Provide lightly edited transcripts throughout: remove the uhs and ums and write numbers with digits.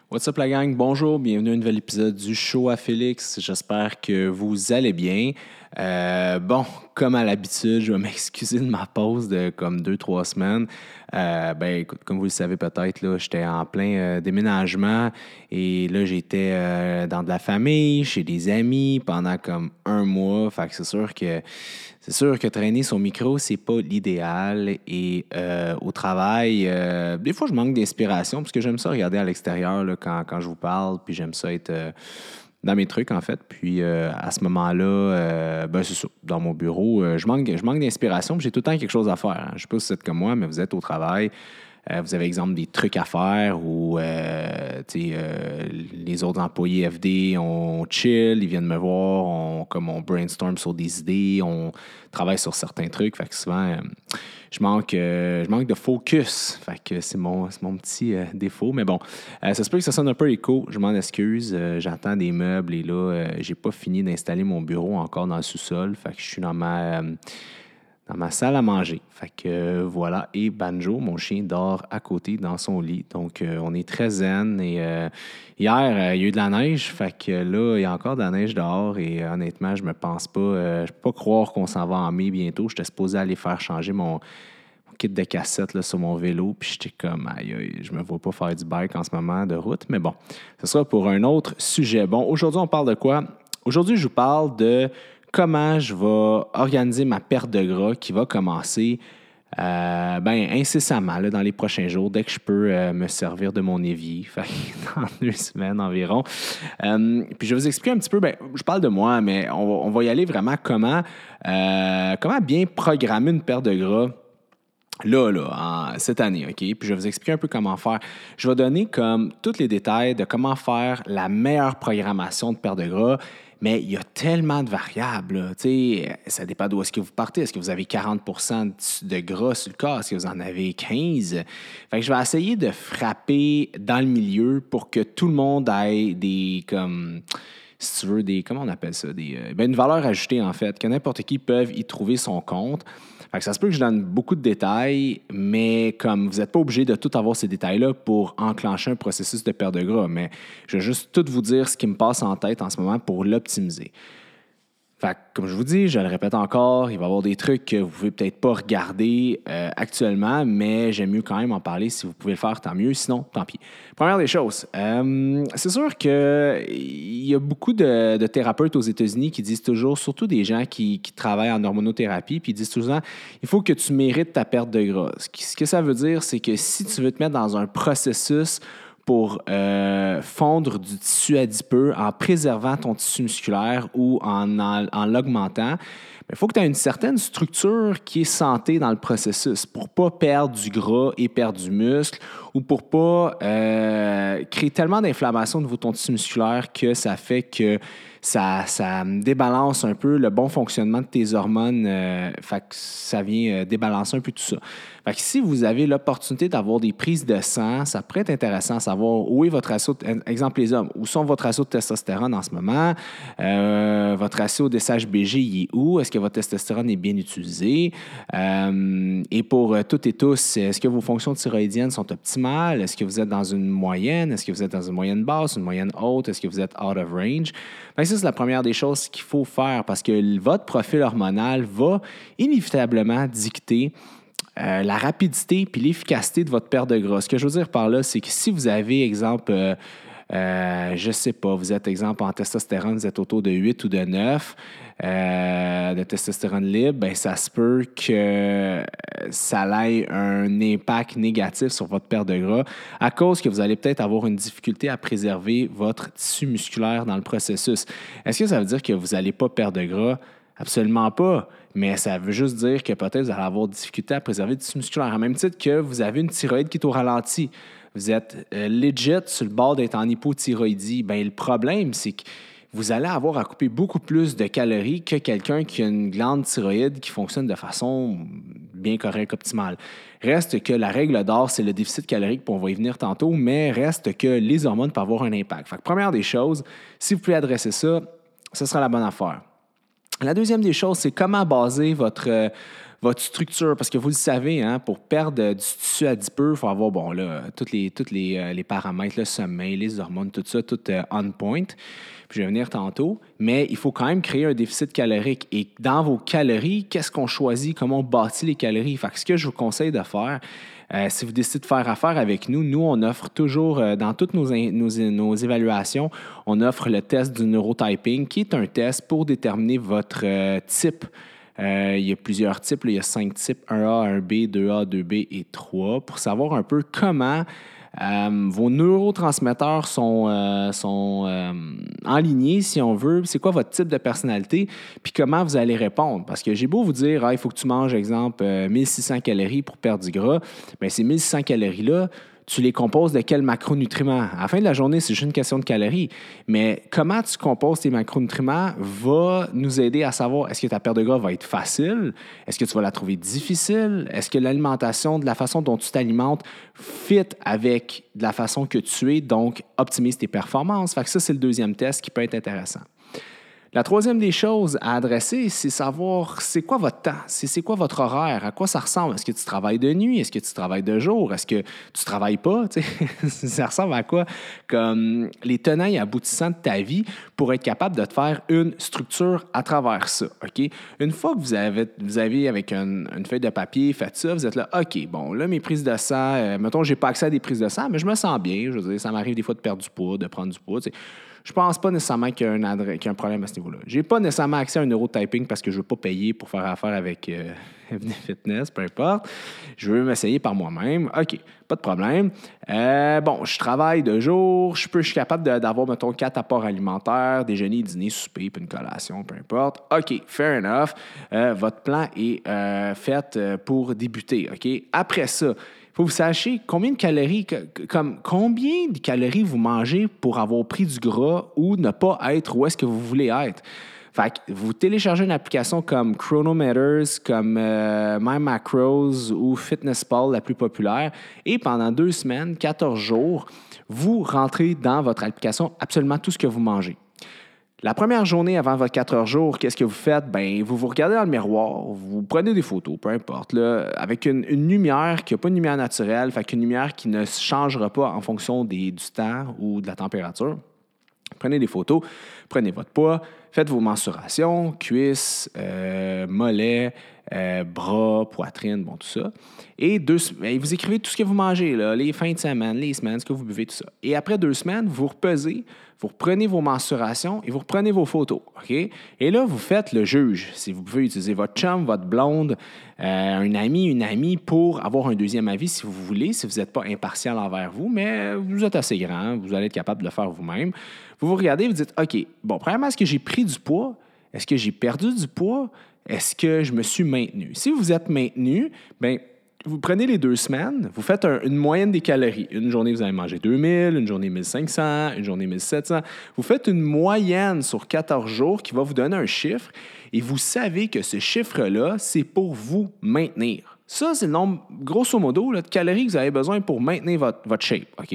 What's up la gang? Bonjour, bienvenue à un nouvel épisode du show à Félix. J'espère que vous allez bien. Comme à l'habitude, je vais m'excuser de ma pause de comme 2-3 semaines. Écoute, comme vous le savez peut-être, là, j'étais en plein déménagement et là, j'étais dans de la famille, chez des amis pendant comme un mois. Fait que c'est sûr que traîner son micro, c'est pas l'idéal. Et au travail, des fois, je manque d'inspiration parce que j'aime ça regarder à l'extérieur là, quand je vous parle, puis j'aime ça être dans mes trucs, en fait. Puis à ce moment-là, c'est ça. Dans mon bureau, je manque d'inspiration, puis j'ai tout le temps quelque chose à faire. Hein. Je ne sais pas si vous êtes comme moi, mais vous êtes au travail. Vous avez, exemple, des trucs à faire ou les autres employés FD, on chill, ils viennent me voir, on brainstorm sur des idées, on travaille sur certains trucs. Fait que souvent, je manque de focus. Fait que c'est mon petit défaut. Mais bon, ça se peut que ça sonne un peu écho. Je m'en excuse. J'attends des meubles et là, j'ai pas fini d'installer mon bureau encore dans le sous-sol. Fait que je suis dans ma salle à manger. Fait que voilà. Et Banjo, mon chien, dort à côté dans son lit. Donc, on est très zen. Et hier, il y a eu de la neige. Fait que là, il y a encore de la neige dehors. Et honnêtement, je me pense pas. Je peux pas croire qu'on s'en va en mai bientôt. J'étais supposé aller faire changer mon kit de cassette là, sur mon vélo. Puis j'étais comme, aïe, je me vois pas faire du bike en ce moment de route. Mais bon, ce sera pour un autre sujet. Bon, aujourd'hui, on parle de quoi? Aujourd'hui, je vous parle de comment je vais organiser ma perte de gras qui va commencer incessamment là, dans les prochains jours, dès que je peux me servir de mon évier, dans 2 semaines environ. Puis je vais vous expliquer un petit peu, je parle de moi, mais on va y aller vraiment comment bien programmer une perte de gras cette année, OK? Puis je vais vous expliquer un peu comment faire. Je vais donner comme tous les détails de comment faire la meilleure programmation de perte de gras, mais il y a tellement de variables, là. Tu sais, ça dépend d'où est-ce que vous partez. Est-ce que vous avez 40 de gras sur le corps? Est-ce que vous en avez 15? Fait que je vais essayer de frapper dans le milieu pour que tout le monde ait si tu veux, comment on appelle ça? Une valeur ajoutée, en fait, que n'importe qui peut y trouver son compte. Fait que ça se peut que je donne beaucoup de détails, mais comme vous n'êtes pas obligé de tout avoir ces détails-là pour enclencher un processus de perte de gras, mais je vais juste tout vous dire ce qui me passe en tête en ce moment pour l'optimiser. Fait que, comme je vous dis, je le répète encore, il va y avoir des trucs que vous ne pouvez peut-être pas regarder actuellement, mais j'aime mieux quand même en parler. Si vous pouvez le faire, tant mieux. Sinon, tant pis. Première des choses, c'est sûr qu'il y a beaucoup de thérapeutes aux États-Unis qui disent toujours, surtout des gens qui travaillent en hormonothérapie, puis ils disent toujours, il faut que tu mérites ta perte de gras. Ce que ça veut dire, c'est que si tu veux te mettre dans un processus pour fondre du tissu adipeux en préservant ton tissu musculaire ou en l'augmentant, il faut que tu aies une certaine structure qui est santé dans le processus pour ne pas perdre du gras et perdre du muscle ou pour ne pas créer tellement d'inflammation au niveau de ton tissu musculaire que ça fait que ça débalance un peu le bon fonctionnement de tes hormones. Fait que ça vient débalancer un peu tout ça. Fait que si vous avez l'opportunité d'avoir des prises de sang, ça pourrait être intéressant de savoir où est votre ratio, exemple les hommes, où sont votre ratio de testostérone en ce moment, votre ratio de SHBG, il est où, est-ce que votre testostérone est bien utilisé, et pour toutes et tous, est-ce que vos fonctions thyroïdiennes sont optimales, est-ce que vous êtes dans une moyenne, est-ce que vous êtes dans une moyenne basse, une moyenne haute, est-ce que vous êtes out of range? Fait que ça, c'est la première des choses qu'il faut faire parce que votre profil hormonal va inévitablement dicter la rapidité puis l'efficacité de votre perte de gras. Ce que je veux dire par là, c'est que si vous avez, exemple, je sais pas, vous êtes, exemple, en testostérone, vous êtes autour de 8 ou de 9 de testostérone libre, ça se peut que ça ait un impact négatif sur votre perte de gras à cause que vous allez peut-être avoir une difficulté à préserver votre tissu musculaire dans le processus. Est-ce que ça veut dire que vous n'allez pas perdre de gras? Absolument pas. Mais ça veut juste dire que peut-être vous allez avoir difficulté à préserver le tissu musculaire. En même titre que vous avez une thyroïde qui est au ralenti. Vous êtes legit sur le bord d'être en hypothyroïdie. Le problème, c'est que vous allez avoir à couper beaucoup plus de calories que quelqu'un qui a une glande thyroïde qui fonctionne de façon bien correcte, optimale. Reste que la règle d'or, c'est le déficit calorique, puis on va y venir tantôt, mais reste que les hormones peuvent avoir un impact. Fait que première des choses, si vous pouvez adresser ça, ce sera la bonne affaire. La deuxième des choses, c'est comment baser votre votre structure, parce que vous le savez, hein, pour perdre du tissu adipeux, il faut avoir, tous les paramètres, le sommeil, les hormones, tout ça, tout on point. Puis je vais venir tantôt, mais il faut quand même créer un déficit calorique. Et dans vos calories, qu'est-ce qu'on choisit, comment on bâtit les calories? Fait que ce que je vous conseille de faire, si vous décidez de faire affaire avec nous, on offre toujours, dans toutes nos évaluations, on offre le test du neurotyping, qui est un test pour déterminer votre type. Il y a plusieurs types, là, il y a 5 types, 1A, 1B, 2A, 2B et 3, pour savoir un peu comment vos neurotransmetteurs sont alignés, si on veut. C'est quoi votre type de personnalité, puis comment vous allez répondre. Parce que j'ai beau vous dire, il faut que tu manges, exemple, 1600 calories pour perdre du gras. Bien, ces 1600 calories-là, tu les composes de quels macronutriments? À la fin de la journée, c'est juste une question de calories. Mais comment tu composes tes macronutriments va nous aider à savoir est-ce que ta perte de gras va être facile? Est-ce que tu vas la trouver difficile? Est-ce que l'alimentation, de la façon dont tu t'alimentes, fit avec de la façon que tu es, donc optimise tes performances? Fait que ça, c'est le deuxième test qui peut être intéressant. La troisième des choses à adresser, c'est savoir c'est quoi votre temps, c'est quoi votre horaire, à quoi ça ressemble. Est-ce que tu travailles de nuit, est-ce que tu travailles de jour, est-ce que tu travailles pas? Ça ressemble à quoi? Comme les tenants et aboutissants de ta vie pour être capable de te faire une structure à travers ça. OK? Une fois que vous avez avec une feuille de papier fait ça, vous êtes là, OK, bon, là, mes prises de sang, mettons, j'ai pas accès à des prises de sang, mais je me sens bien. Je veux dire, ça m'arrive des fois de perdre du poids, de prendre du poids. Je pense pas nécessairement qu'il y a un problème à ce niveau-là. J'ai pas nécessairement accès à un neurotyping parce que je veux pas payer pour faire affaire avec Fitness, peu importe. Je veux m'essayer par moi-même. OK, pas de problème. Je travaille de jour. Je suis capable d'avoir, mettons, 4 apports alimentaires, déjeuner, dîner, souper, puis une collation, peu importe. OK, fair enough. Votre plan est fait pour débuter. OK? Après ça, il faut que vous sachiez combien de calories vous mangez pour avoir pris du gras ou ne pas être où est-ce que vous voulez être. Fait que vous téléchargez une application comme Chronometers, comme My Macros ou FitnessPal, la plus populaire, et pendant 2 semaines, 14 jours, vous rentrez dans votre application absolument tout ce que vous mangez. La première journée avant votre 4 heures jour, qu'est-ce que vous faites? Bien, vous regardez dans le miroir, vous prenez des photos, peu importe, là, avec une lumière qui n'a pas une lumière naturelle, fait qu'une lumière qui ne changera pas en fonction du temps ou de la température. Prenez des photos, prenez votre poids, faites vos mensurations, cuisses, mollets, bras, poitrine, tout ça. Et vous écrivez tout ce que vous mangez, là, les fins de semaine, les semaines, ce que vous buvez, tout ça. Et après 2 semaines, vous repesez, vous reprenez vos mensurations et vous reprenez vos photos. OK? Et là, vous faites le juge. Si vous pouvez utiliser votre chum, votre blonde, un ami, une amie pour avoir un deuxième avis si vous voulez, si vous n'êtes pas impartial envers vous, mais vous êtes assez grand, vous allez être capable de le faire vous-même. Vous regardez, vous dites, OK, premièrement, est-ce que j'ai pris du poids? Est-ce que j'ai perdu du poids? Est-ce que je me suis maintenu? Si vous êtes maintenu, bien, vous prenez les 2 semaines, vous faites une moyenne des calories. Une journée, vous allez manger 2000, une journée 1500, une journée 1700. Vous faites une moyenne sur 14 jours qui va vous donner un chiffre et vous savez que ce chiffre-là, c'est pour vous maintenir. Ça, c'est le nombre, grosso modo, là, de calories que vous avez besoin pour maintenir votre shape. OK?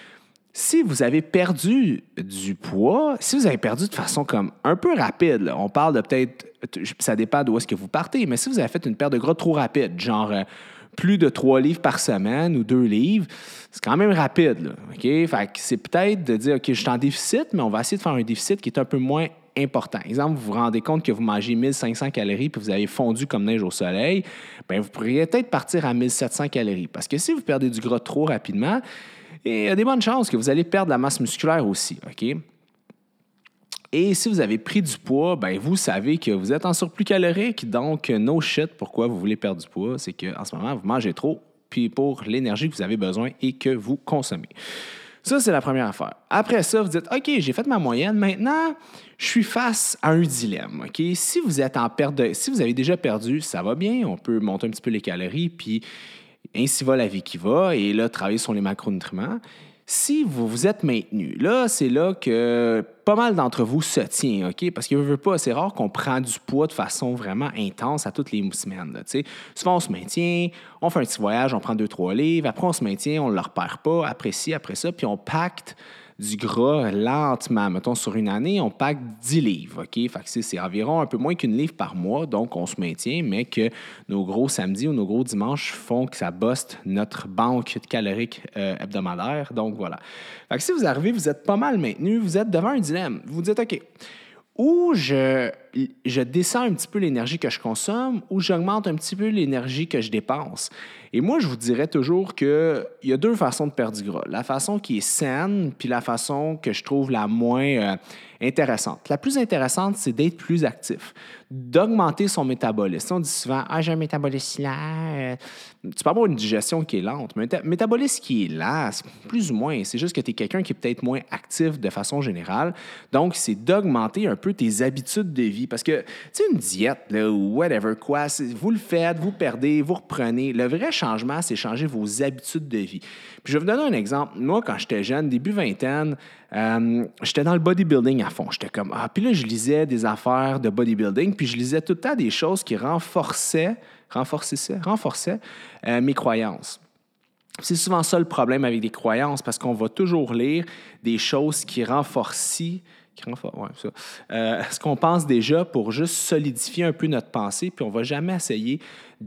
Si vous avez perdu du poids, si vous avez perdu de façon comme un peu rapide, là, on parle de peut-être, ça dépend d'où est-ce que vous partez, mais si vous avez fait une perte de gras trop rapide, genre plus de 3 livres par semaine ou 2 livres, c'est quand même rapide. Là, OK? Fait que c'est peut-être de dire, OK, je suis en déficit, mais on va essayer de faire un déficit qui est un peu moins important. Exemple, vous vous rendez compte que vous mangez 1500 calories puis vous avez fondu comme neige au soleil, bien, vous pourriez peut-être partir à 1700 calories. Parce que si vous perdez du gras trop rapidement, il y a des bonnes chances que vous allez perdre la masse musculaire aussi, OK? Et si vous avez pris du poids, bien, vous savez que vous êtes en surplus calorique, donc no shit, pourquoi vous voulez perdre du poids, c'est qu'en ce moment, vous mangez trop, puis pour l'énergie que vous avez besoin et que vous consommez. Ça, c'est la première affaire. Après ça, vous dites, OK, j'ai fait ma moyenne, maintenant, je suis face à un dilemme, OK? Si vous êtes si vous avez déjà perdu, ça va bien, on peut monter un petit peu les calories, puis ainsi va la vie qui va, et là, travailler sur les macronutriments. Si vous vous êtes maintenu, là, c'est là que pas mal d'entre vous se tient, OK? Parce que c'est rare qu'on prend du poids de façon vraiment intense à toutes les semaines. Là, souvent, on se maintient, on fait un petit voyage, on prend 2-3 livres, après on se maintient, on ne le repère pas, après ci, après ça, puis on pacte du gras lentement. Mettons, sur une année, on pack 10 livres, OK? Fait que c'est environ un peu moins qu'une livre par mois, donc on se maintient, mais que nos gros samedis ou nos gros dimanches font que ça buste notre banque calorique hebdomadaire. Donc, voilà. Fait que si vous arrivez, vous êtes pas mal maintenu, vous êtes devant un dilemme. Vous vous dites, OK, ou je descends un petit peu l'énergie que je consomme, ou j'augmente un petit peu l'énergie que je dépense. Et moi, je vous dirais toujours qu'il y a deux façons de perdre du gras. La façon qui est saine, puis la façon que je trouve la moins intéressante. La plus intéressante, c'est d'être plus actif, d'augmenter son métabolisme. On dit souvent « Ah, j'ai un métabolisme lent. » Tu peux avoir une digestion qui est lente, mais un métabolisme qui est lent, c'est plus ou moins. C'est juste que tu es quelqu'un qui est peut-être moins actif de façon générale. Donc, c'est d'augmenter un peu tes habitudes de vie. Parce que, tu sais, une diète, là, ou whatever quoi, vous le faites, vous perdez, vous reprenez. Le vrai changement, c'est changer vos habitudes de vie. Puis je vais vous donner un exemple. Moi, quand j'étais jeune, début vingtaine, j'étais dans le bodybuilding à fond. J'étais comme, puis là, je lisais des affaires de bodybuilding, puis je lisais tout le temps des choses qui renforçaient mes croyances. C'est souvent ça le problème avec des croyances, parce qu'on va toujours lire des choses qui renforcent ce qu'on pense déjà pour juste solidifier un peu notre pensée, puis on ne va jamais essayer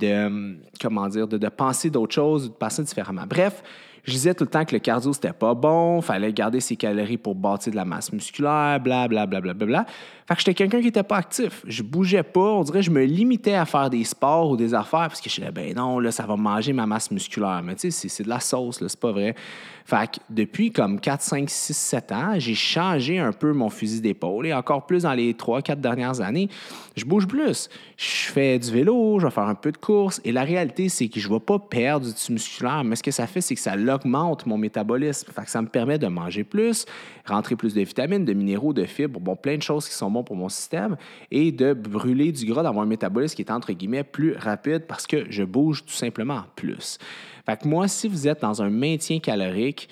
de penser d'autres choses, de penser différemment. Bref, je disais tout le temps que le cardio, c'était pas bon, il fallait garder ses calories pour bâtir de la masse musculaire, blablabla. Fait que j'étais quelqu'un qui n'était pas actif. Je bougeais pas, on dirait que je me limitais à faire des sports ou des affaires parce que je disais, ben non, là, ça va manger ma masse musculaire. Mais tu sais, c'est de la sauce, là, c'est pas vrai. Fait que depuis comme 4, 5, 6, 7 ans, j'ai changé un peu mon fusil d'épaule et encore plus dans les 3, 4 dernières années, je bouge plus. Je fais du vélo, je vais faire un peu de course et la réalité, c'est que je ne vais pas perdre du tissu musculaire, mais ce que ça fait, c'est que ça augmente mon métabolisme. Fait que ça me permet de manger plus, rentrer plus de vitamines, de minéraux, de fibres, bon, plein de choses qui sont bons pour mon système et de brûler du gras, d'avoir un métabolisme qui est entre guillemets plus rapide parce que je bouge tout simplement plus. Fait que moi, si vous êtes dans un maintien calorique,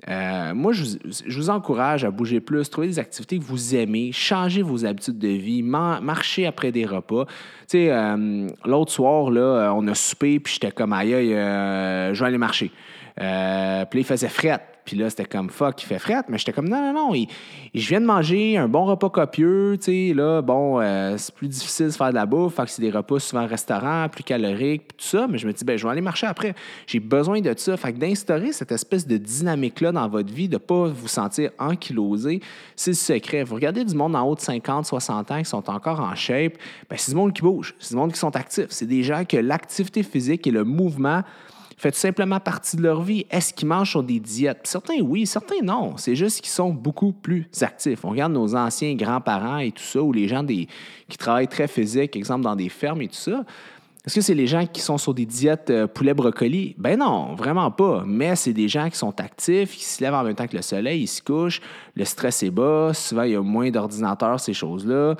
moi, je vous encourage à bouger plus, trouver des activités que vous aimez, changer vos habitudes de vie, marcher après des repas. Tu sais, l'autre soir, là, on a soupé, puis j'étais comme, aïe, je vais aller marcher. Puis là, il faisait frette. Puis là, c'était comme, fuck, il fait frette. Mais j'étais comme, non. Je viens de manger un bon repas copieux. Tu sais, là, bon, c'est plus difficile de faire de la bouffe. Fait que c'est des repas souvent restaurants, plus caloriques, puis tout ça. Mais je me dis, je vais aller marcher après. J'ai besoin de ça. Fait que d'instaurer cette espèce de dynamique-là dans votre vie, de ne pas vous sentir ankylosé, c'est le secret. Vous regardez du monde en haut de 50, 60 ans qui sont encore en shape, c'est du monde qui bouge. C'est du monde qui sont actifs. C'est des gens que l'activité physique et le mouvement fait tout simplement partie de leur vie. Est-ce qu'ils mangent sur des diètes? Certains, oui, certains, non. C'est juste qu'ils sont beaucoup plus actifs. On regarde nos anciens grands-parents et tout ça, ou les gens qui travaillent très physique, exemple dans des fermes et tout ça. Est-ce que c'est les gens qui sont sur des diètes poulet-brocoli? Ben non, vraiment pas. Mais c'est des gens qui sont actifs, qui se lèvent en même temps que le soleil, ils se couchent, le stress est bas, souvent il y a moins d'ordinateurs, ces choses-là.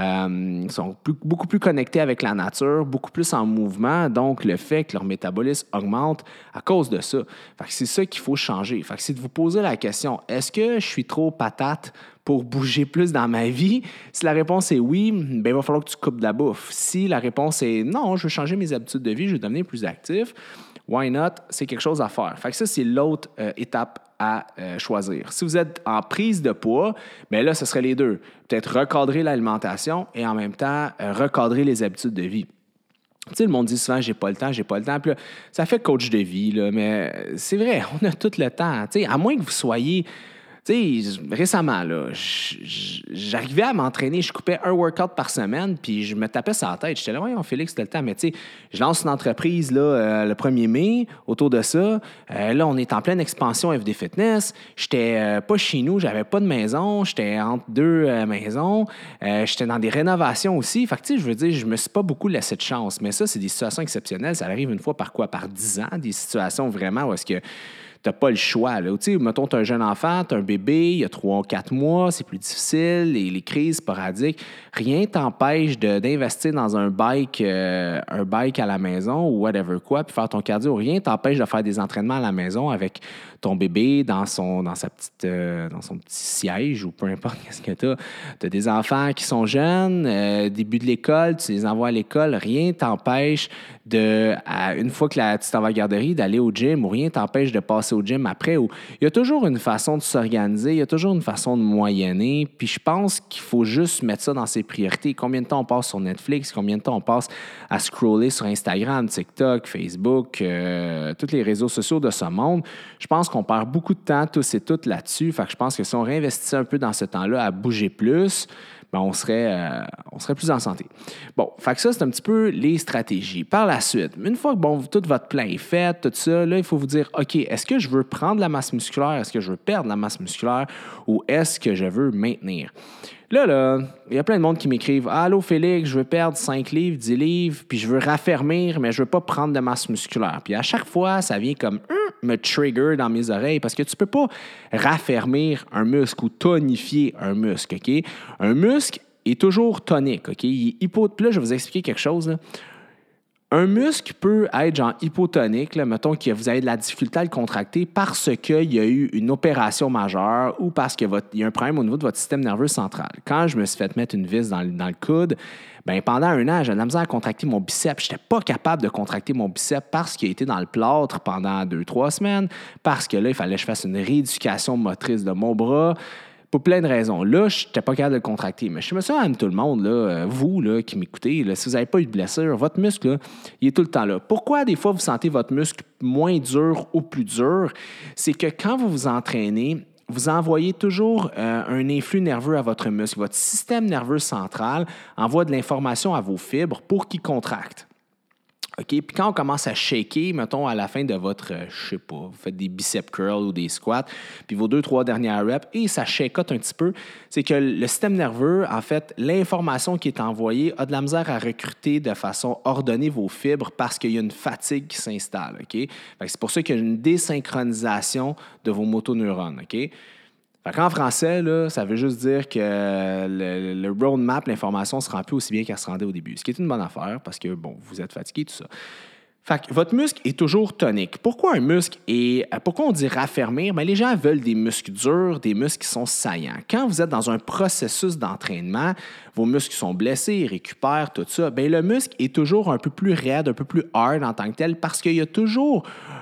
Ils sont beaucoup plus connectés avec la nature, beaucoup plus en mouvement. Donc, le fait que leur métabolisme augmente à cause de ça. Fait que c'est ça qu'il faut changer. Fait que c'est de vous poser la question, est-ce que je suis trop patate pour bouger plus dans ma vie? Si la réponse est oui, il va falloir que tu coupes de la bouffe. Si la réponse est non, je veux changer mes habitudes de vie, je veux devenir plus actif, why not? C'est quelque chose à faire. Fait que ça, c'est l'autre étape à choisir. Si vous êtes en prise de poids, bien là, ce serait les deux. Peut-être recadrer l'alimentation et en même temps, recadrer les habitudes de vie. Tu sais, le monde dit souvent « j'ai pas le temps ». Puis là, ça fait coach de vie, là, mais c'est vrai, on a tout le temps. Tu sais, à moins que vous soyez... Tu sais, récemment, là, j'arrivais à m'entraîner, je coupais un workout par semaine, puis je me tapais sur la tête. J'étais là, voyons, Félix, t'as le temps. Mais tu sais, je lance une entreprise là, le 1er mai, autour de ça. Là, on est en pleine expansion FD Fitness. J'étais pas chez nous, j'avais pas de maison. J'étais entre deux maisons. J'étais dans des rénovations aussi. Fait que, tu sais, je veux dire, je me suis pas beaucoup laissé de chance. Mais ça, c'est des situations exceptionnelles. Ça arrive une fois par 10 ans. Des situations vraiment où est-ce que t'as pas le choix. Là. Tu sais, mettons, t'as un jeune enfant, t'as un bébé, il y a 3 ou 4 mois, c'est plus difficile, les crises sporadiques. Rien t'empêche d'investir dans un bike à la maison ou whatever quoi, puis faire ton cardio. Rien t'empêche de faire des entraînements à la maison avec ton bébé dans son petit siège ou peu importe qu'est-ce que t'as. T'as des enfants qui sont jeunes, début de l'école, tu les envoies à l'école. Rien t'empêche une fois que tu t'en vas à la garderie, d'aller au gym ou rien t'empêche de passer passer au gym après. Ou il y a toujours une façon de s'organiser, il y a toujours une façon de moyenner. Puis je pense qu'il faut juste mettre ça dans ses priorités. Combien de temps on passe sur Netflix, combien de temps on passe à scroller sur Instagram, TikTok, Facebook, tous les réseaux sociaux de ce monde. Je pense qu'on perd beaucoup de temps tous et toutes là-dessus. Fait que je pense que si on réinvestissait un peu dans ce temps-là à bouger plus, ben on serait plus en santé. Bon, fait que ça, c'est un petit peu les stratégies. Par la suite, une fois que tout votre plan est fait, tout ça, là, il faut vous dire, OK, est-ce que je veux prendre la masse musculaire? Est-ce que je veux perdre la masse musculaire? Ou est-ce que je veux maintenir? Là, il y a plein de monde qui m'écrivent « Allô, Félix, je veux perdre 5 livres, 10 livres, puis je veux raffermir, mais je veux pas prendre de masse musculaire. » Puis à chaque fois, ça vient comme me trigger dans mes oreilles parce que tu peux pas raffermir un muscle ou tonifier un muscle, OK? Un muscle est toujours tonique, OK? Puis là, je vais vous expliquer quelque chose, là. Un muscle peut être genre hypotonique, là, mettons que vous avez de la difficulté à le contracter parce qu'il y a eu une opération majeure ou parce qu'il y a un problème au niveau de votre système nerveux central. Quand je me suis fait mettre une vis dans le coude, ben pendant un an, j'avais de la misère à contracter mon biceps. Je n'étais pas capable de contracter mon biceps parce qu'il a été dans le plâtre pendant 2-3 semaines, parce que là, il fallait que je fasse une rééducation motrice de mon bras. Pour plein de raisons. Là, je n'étais pas capable de le contracter. Mais je me suis dit à tout le monde, là, vous là, qui m'écoutez, là, si vous n'avez pas eu de blessure, votre muscle, là, il est tout le temps là. Pourquoi des fois vous sentez votre muscle moins dur ou plus dur? C'est que quand vous vous entraînez, vous envoyez toujours un influx nerveux à votre muscle. Votre système nerveux central envoie de l'information à vos fibres pour qu'ils contractent. OK? Puis quand on commence à shaker, mettons, à la fin de votre, je sais pas, vous faites des biceps curls ou des squats, puis vos 2-3 dernières reps, et ça shakeote un petit peu, c'est que le système nerveux, en fait, l'information qui est envoyée a de la misère à recruter de façon ordonnée vos fibres parce qu'il y a une fatigue qui s'installe, OK? Fait que c'est pour ça qu'il y a une désynchronisation de vos motoneurones, OK? Fait qu'en français, là, ça veut juste dire que le roadmap, l'information ne se rend plus aussi bien qu'elle se rendait au début. Ce qui est une bonne affaire parce que, bon, vous êtes fatigué, tout ça. Fait que votre muscle est toujours tonique. Pourquoi on dit raffermir? Bien, les gens veulent des muscles durs, des muscles qui sont saillants. Quand vous êtes dans un processus d'entraînement, vos muscles sont blessés, ils récupèrent, tout ça, bien, le muscle est toujours un peu plus raide, un peu plus hard en tant que tel parce qu'il y a toujours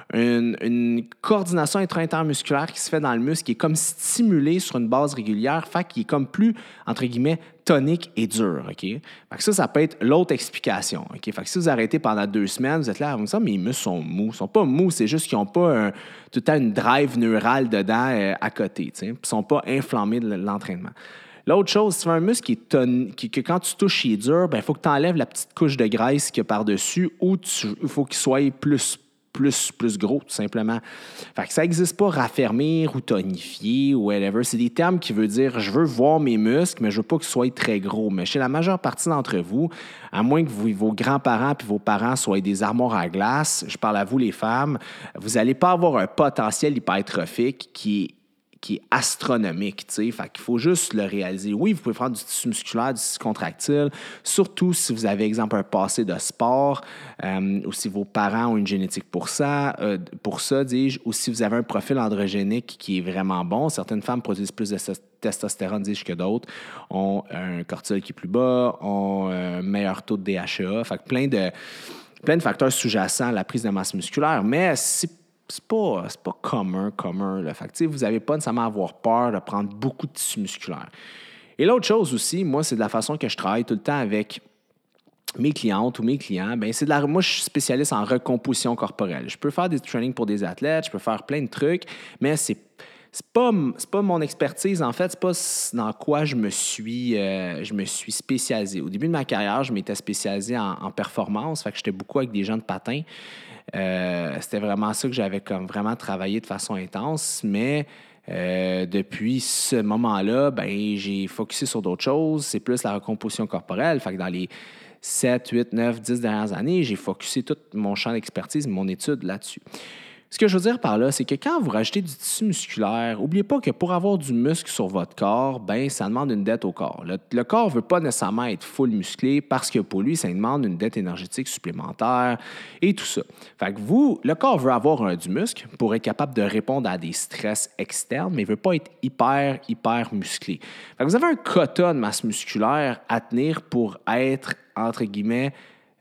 une coordination intra-intermusculaire qui se fait dans le muscle qui est comme stimulée sur une base régulière, fait qu'il est comme plus, entre guillemets, tonique et dur, OK? Fait que ça peut être l'autre explication, OK? Fait que si vous arrêtez pendant 2 semaines, vous êtes là, vous me mes muscles sont mous. Ils sont pas mous, c'est juste qu'ils n'ont pas tout le temps une drive neurale dedans à côté, tu sais? Ils ne sont pas inflammés de l'entraînement. L'autre chose, si tu as un muscle que quand tu touches, il est dur, il faut que tu enlèves la petite couche de graisse qu'il y a par-dessus ou il faut qu'il soit plus gros, tout simplement. Fait que ça n'existe pas raffermir ou tonifier ou whatever. C'est des termes qui veulent dire je veux voir mes muscles, mais je veux pas qu'ils soient très gros. Mais chez la majeure partie d'entre vous, à moins que vos grands-parents puis vos parents soient des armoires à glace, je parle à vous les femmes, vous n'allez pas avoir un potentiel hypertrophique qui est astronomique, tu sais. Fait qu'il faut juste le réaliser. Oui, vous pouvez prendre du tissu musculaire, du tissu contractile, surtout si vous avez, exemple, un passé de sport, ou si vos parents ont une génétique pour ça, dis-je, ou si vous avez un profil androgénique qui est vraiment bon. Certaines femmes produisent plus de testostérone, dis-je, que d'autres, ont un cortisol qui est plus bas, ont un meilleur taux de DHEA. Fait que plein de facteurs sous-jacents à la prise de masse musculaire, mais c'est pas commun. Là. Fait que, vous n'avez pas nécessairement à avoir peur de prendre beaucoup de tissu musculaire. Et l'autre chose aussi, moi, c'est de la façon que je travaille tout le temps avec mes clientes ou mes clients. Moi, je suis spécialiste en recomposition corporelle. Je peux faire des trainings pour des athlètes, je peux faire plein de trucs, mais c'est pas mon expertise. En fait, c'est pas dans quoi je me suis spécialisé. Au début de ma carrière, je m'étais spécialisé en performance. Fait que j'étais beaucoup avec des gens de patin. C'était vraiment ça que j'avais comme vraiment travaillé de façon intense, mais depuis ce moment-là, j'ai focusé sur d'autres choses. C'est plus la recomposition corporelle. Fait que dans les 7, 8, 9, 10 dernières années, j'ai focusé tout mon champ d'expertise, mon étude là-dessus. Ce que je veux dire par là, c'est que quand vous rajoutez du tissu musculaire, n'oubliez pas que pour avoir du muscle sur votre corps, ça demande une dette au corps. Le corps ne veut pas nécessairement être full musclé parce que pour lui, ça demande une dette énergétique supplémentaire et tout ça. Fait que le corps veut avoir du muscle pour être capable de répondre à des stress externes, mais il ne veut pas être hyper musclé. Fait que vous avez un quota de masse musculaire à tenir pour être, entre guillemets,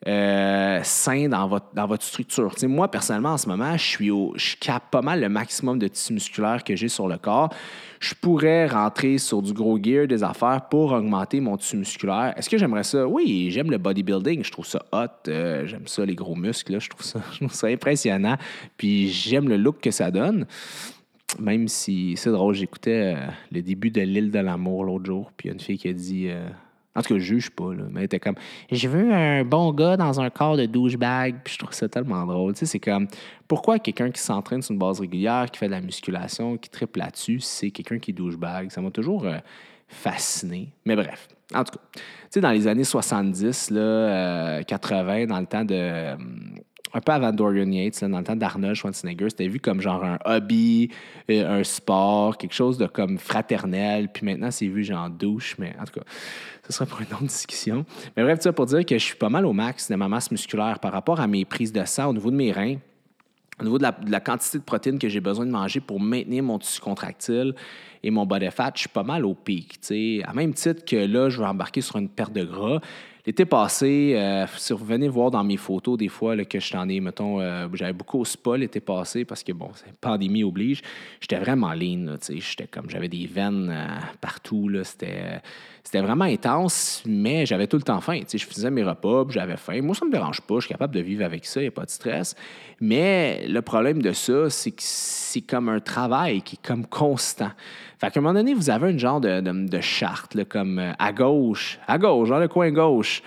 sain dans votre structure. Tu sais, moi, personnellement, en ce moment, je capte pas mal le maximum de tissu musculaire que j'ai sur le corps. Je pourrais rentrer sur du gros gear, des affaires pour augmenter mon tissu musculaire. Est-ce que j'aimerais ça? Oui, j'aime le bodybuilding. Je trouve ça hot. J'aime ça, les gros muscles. Là. Je trouve ça impressionnant. Puis j'aime le look que ça donne. Même si, c'est drôle, j'écoutais le début de l'île de l'amour l'autre jour. Puis il y a une fille qui a dit... En tout cas, je juge pas, là, mais elle était comme je veux un bon gars dans un corps de douchebag. Puis je trouve ça tellement drôle. Tu sais, c'est comme pourquoi quelqu'un qui s'entraîne sur une base régulière, qui fait de la musculation, qui triple là-dessus, c'est quelqu'un qui est douchebag. Ça m'a toujours fasciné. Mais bref, en tout cas, tu sais, dans les années 70, là, 80, dans le temps de. Un peu avant Dorian Yates, là, dans le temps d'Arnold Schwarzenegger, c'était vu comme genre un hobby, un sport, quelque chose de comme fraternel. Puis maintenant, c'est vu genre douche, mais en tout cas, ce serait pour une autre discussion. Mais bref, ça pour dire que je suis pas mal au max de ma masse musculaire par rapport à mes prises de sang au niveau de mes reins, au niveau de la quantité de protéines que j'ai besoin de manger pour maintenir mon tissu contractile et mon body fat, je suis pas mal au pic. T'sais. À même titre que là, je vais embarquer sur une perte de gras. L'été passé, si vous venez voir dans mes photos des fois là, que je t'en ai, mettons, j'avais beaucoup au spa l'été passé parce que, bon, pandémie oblige, j'étais vraiment lean. Là, j'avais des veines partout. Là, c'était vraiment intense, mais j'avais tout le temps faim. Je faisais mes repas, puis j'avais faim. Moi, ça ne me dérange pas. Je suis capable de vivre avec ça, il n'y a pas de stress. Mais le problème de ça, c'est que c'est comme un travail qui est comme constant. Fait qu'à un moment donné, vous avez une genre de charte, là, comme à gauche, dans le coin gauche,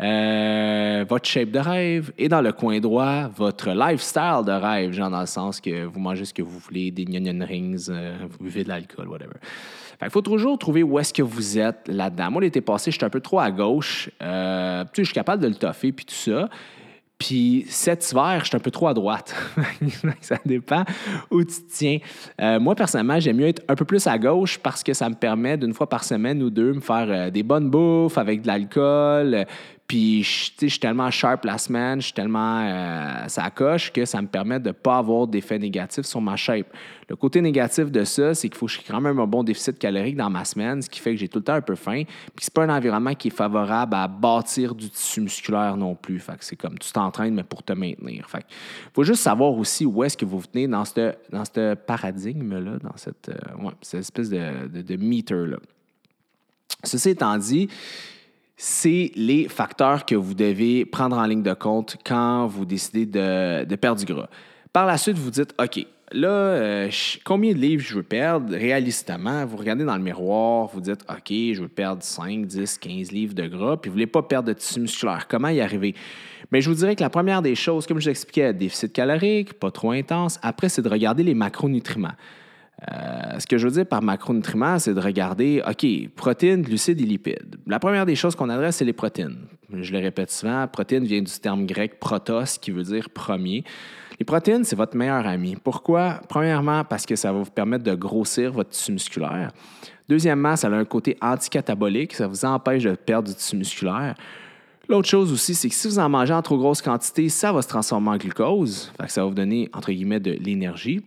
votre shape de rêve, et dans le coin droit, votre lifestyle de rêve, genre dans le sens que vous mangez ce que vous voulez, des onion rings, vous buvez de l'alcool, whatever. Fait qu'il faut toujours trouver où est-ce que vous êtes là-dedans. Moi, l'été passé, j'étais un peu trop à gauche. Je suis capable de le toffer puis tout ça. Puis cet hiver, je suis un peu trop à droite. Ça dépend où tu te tiens. Moi, personnellement, j'aime mieux être un peu plus à gauche parce que ça me permet d'une fois par semaine ou deux me faire des bonnes bouffes avec de l'alcool. Puis, je suis tellement sharp la semaine, je suis tellement ça coche que ça me permet de ne pas avoir d'effet négatif sur ma shape. Le côté négatif de ça, c'est qu'il faut que j'ai quand même un bon déficit calorique dans ma semaine, ce qui fait que j'ai tout le temps un peu faim. Puis, c'est pas un environnement qui est favorable à bâtir du tissu musculaire non plus. Fait que c'est comme tu t'entraînes, mais pour te maintenir. Fait que faut juste savoir aussi où est-ce que vous vous tenez dans ce paradigme-là, dans cette espèce de meter-là. Ceci étant dit, c'est les facteurs que vous devez prendre en ligne de compte quand vous décidez de perdre du gras. Par la suite, vous dites, OK, là, combien de livres je veux perdre réalistement? Vous regardez dans le miroir, vous dites, OK, je veux perdre 5, 10, 15 livres de gras, puis vous ne voulez pas perdre de tissu musculaire. Comment y arriver? Mais je vous dirais que la première des choses, comme je vous expliquais, déficit calorique, pas trop intense. Après, c'est de regarder les macronutriments. Ce que je veux dire par macronutriments, c'est de regarder, OK, protéines, glucides et lipides. La première des choses qu'on adresse, c'est les protéines. Je le répète souvent, protéines vient du terme grec protos, qui veut dire premier. Les protéines, c'est votre meilleur ami. Pourquoi? Premièrement, parce que ça va vous permettre de grossir votre tissu musculaire. Deuxièmement, ça a un côté anticatabolique, ça vous empêche de perdre du tissu musculaire. L'autre chose aussi, c'est que si vous en mangez en trop grosse quantité, ça va se transformer en glucose. Fait que ça va vous donner, entre guillemets, de l'énergie.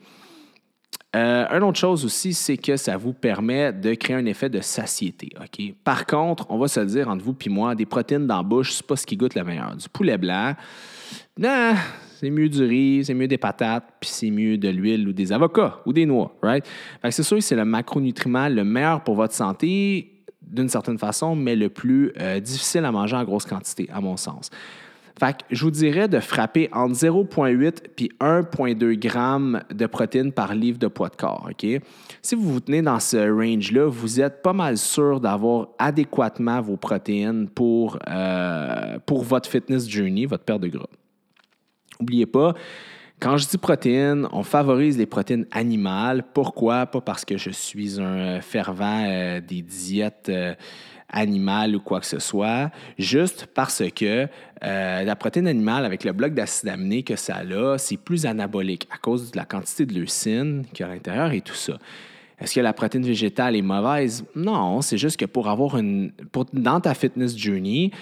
Une autre chose aussi, c'est que ça vous permet de créer un effet de satiété. Okay? Par contre, on va se le dire entre vous et moi, des protéines dans la bouche, c'est pas ce qui goûte le meilleur. Du poulet blanc, non, c'est mieux du riz, c'est mieux des patates, puis c'est mieux de l'huile ou des avocats ou des noix. Right? Fait que c'est sûr que c'est le macronutriment le meilleur pour votre santé, d'une certaine façon, mais le plus difficile à manger en grosse quantité, à mon sens. Fait que je vous dirais de frapper entre 0,8 et 1,2 g de protéines par livre de poids de corps. Okay? Si vous vous tenez dans ce range-là, vous êtes pas mal sûr d'avoir adéquatement vos protéines pour votre fitness journey, votre perte de gras. N'oubliez pas, quand je dis protéines, on favorise les protéines animales. Pourquoi? Pas parce que je suis un fervent des diètes animale ou quoi que ce soit, juste parce que la protéine animale, avec le bloc d'acide aminé que ça a, c'est plus anabolique à cause de la quantité de leucine qu'il y a à l'intérieur et tout ça. Est-ce que la protéine végétale est mauvaise? Non, c'est juste que pour avoir dans ta fitness journey,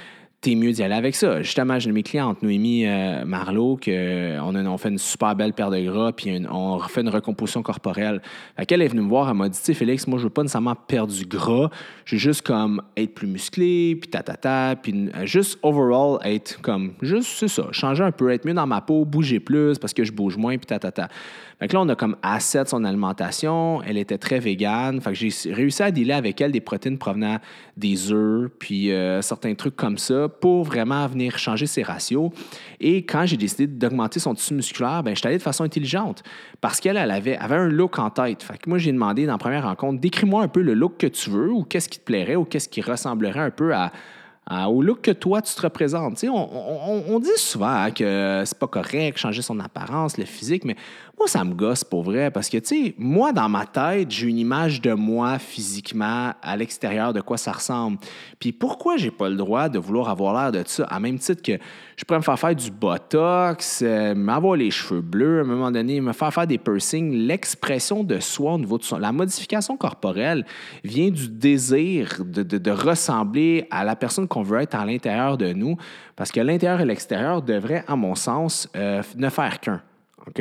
t'es mieux d'y aller avec ça. Justement, j'ai une de mes clientes, Noémie Marleau, on fait une super belle perte de gras, puis on refait une recomposition corporelle. Fait qu'elle est venue me voir, elle m'a dit, tu sais, Félix, moi, je veux pas nécessairement perdre du gras, je veux juste comme être plus musclé, puis puis juste overall être comme, juste, c'est ça, changer un peu, être mieux dans ma peau, bouger plus parce que je bouge moins, puis Fait que là, on a comme asset son alimentation, elle était très végane, fait que j'ai réussi à dealer avec elle des protéines provenant des œufs, puis certains trucs comme ça, pour vraiment venir changer ses ratios. Et quand j'ai décidé d'augmenter son tissu musculaire, ben, je suis allé de façon intelligente parce qu'elle avait un look en tête. Fait que moi, j'ai demandé dans la première rencontre, décris-moi un peu le look que tu veux ou qu'est-ce qui te plairait ou qu'est-ce qui ressemblerait un peu au look que toi, tu te représentes. Tu sais, on dit souvent hein, que c'est pas correct changer son apparence, le physique, mais moi, ça me gosse pour vrai parce que, tu sais, moi, dans ma tête, j'ai une image de moi physiquement à l'extérieur de quoi ça ressemble. Puis pourquoi j'ai pas le droit de vouloir avoir l'air de ça, à même titre que je pourrais me faire du botox, m'avoir les cheveux bleus, à un moment donné, me faire des piercings. L'expression de soi au niveau de la modification corporelle vient du désir de ressembler à la personne qu'on veut être à l'intérieur de nous, parce que l'intérieur et l'extérieur devraient, à mon sens, ne faire qu'un. OK?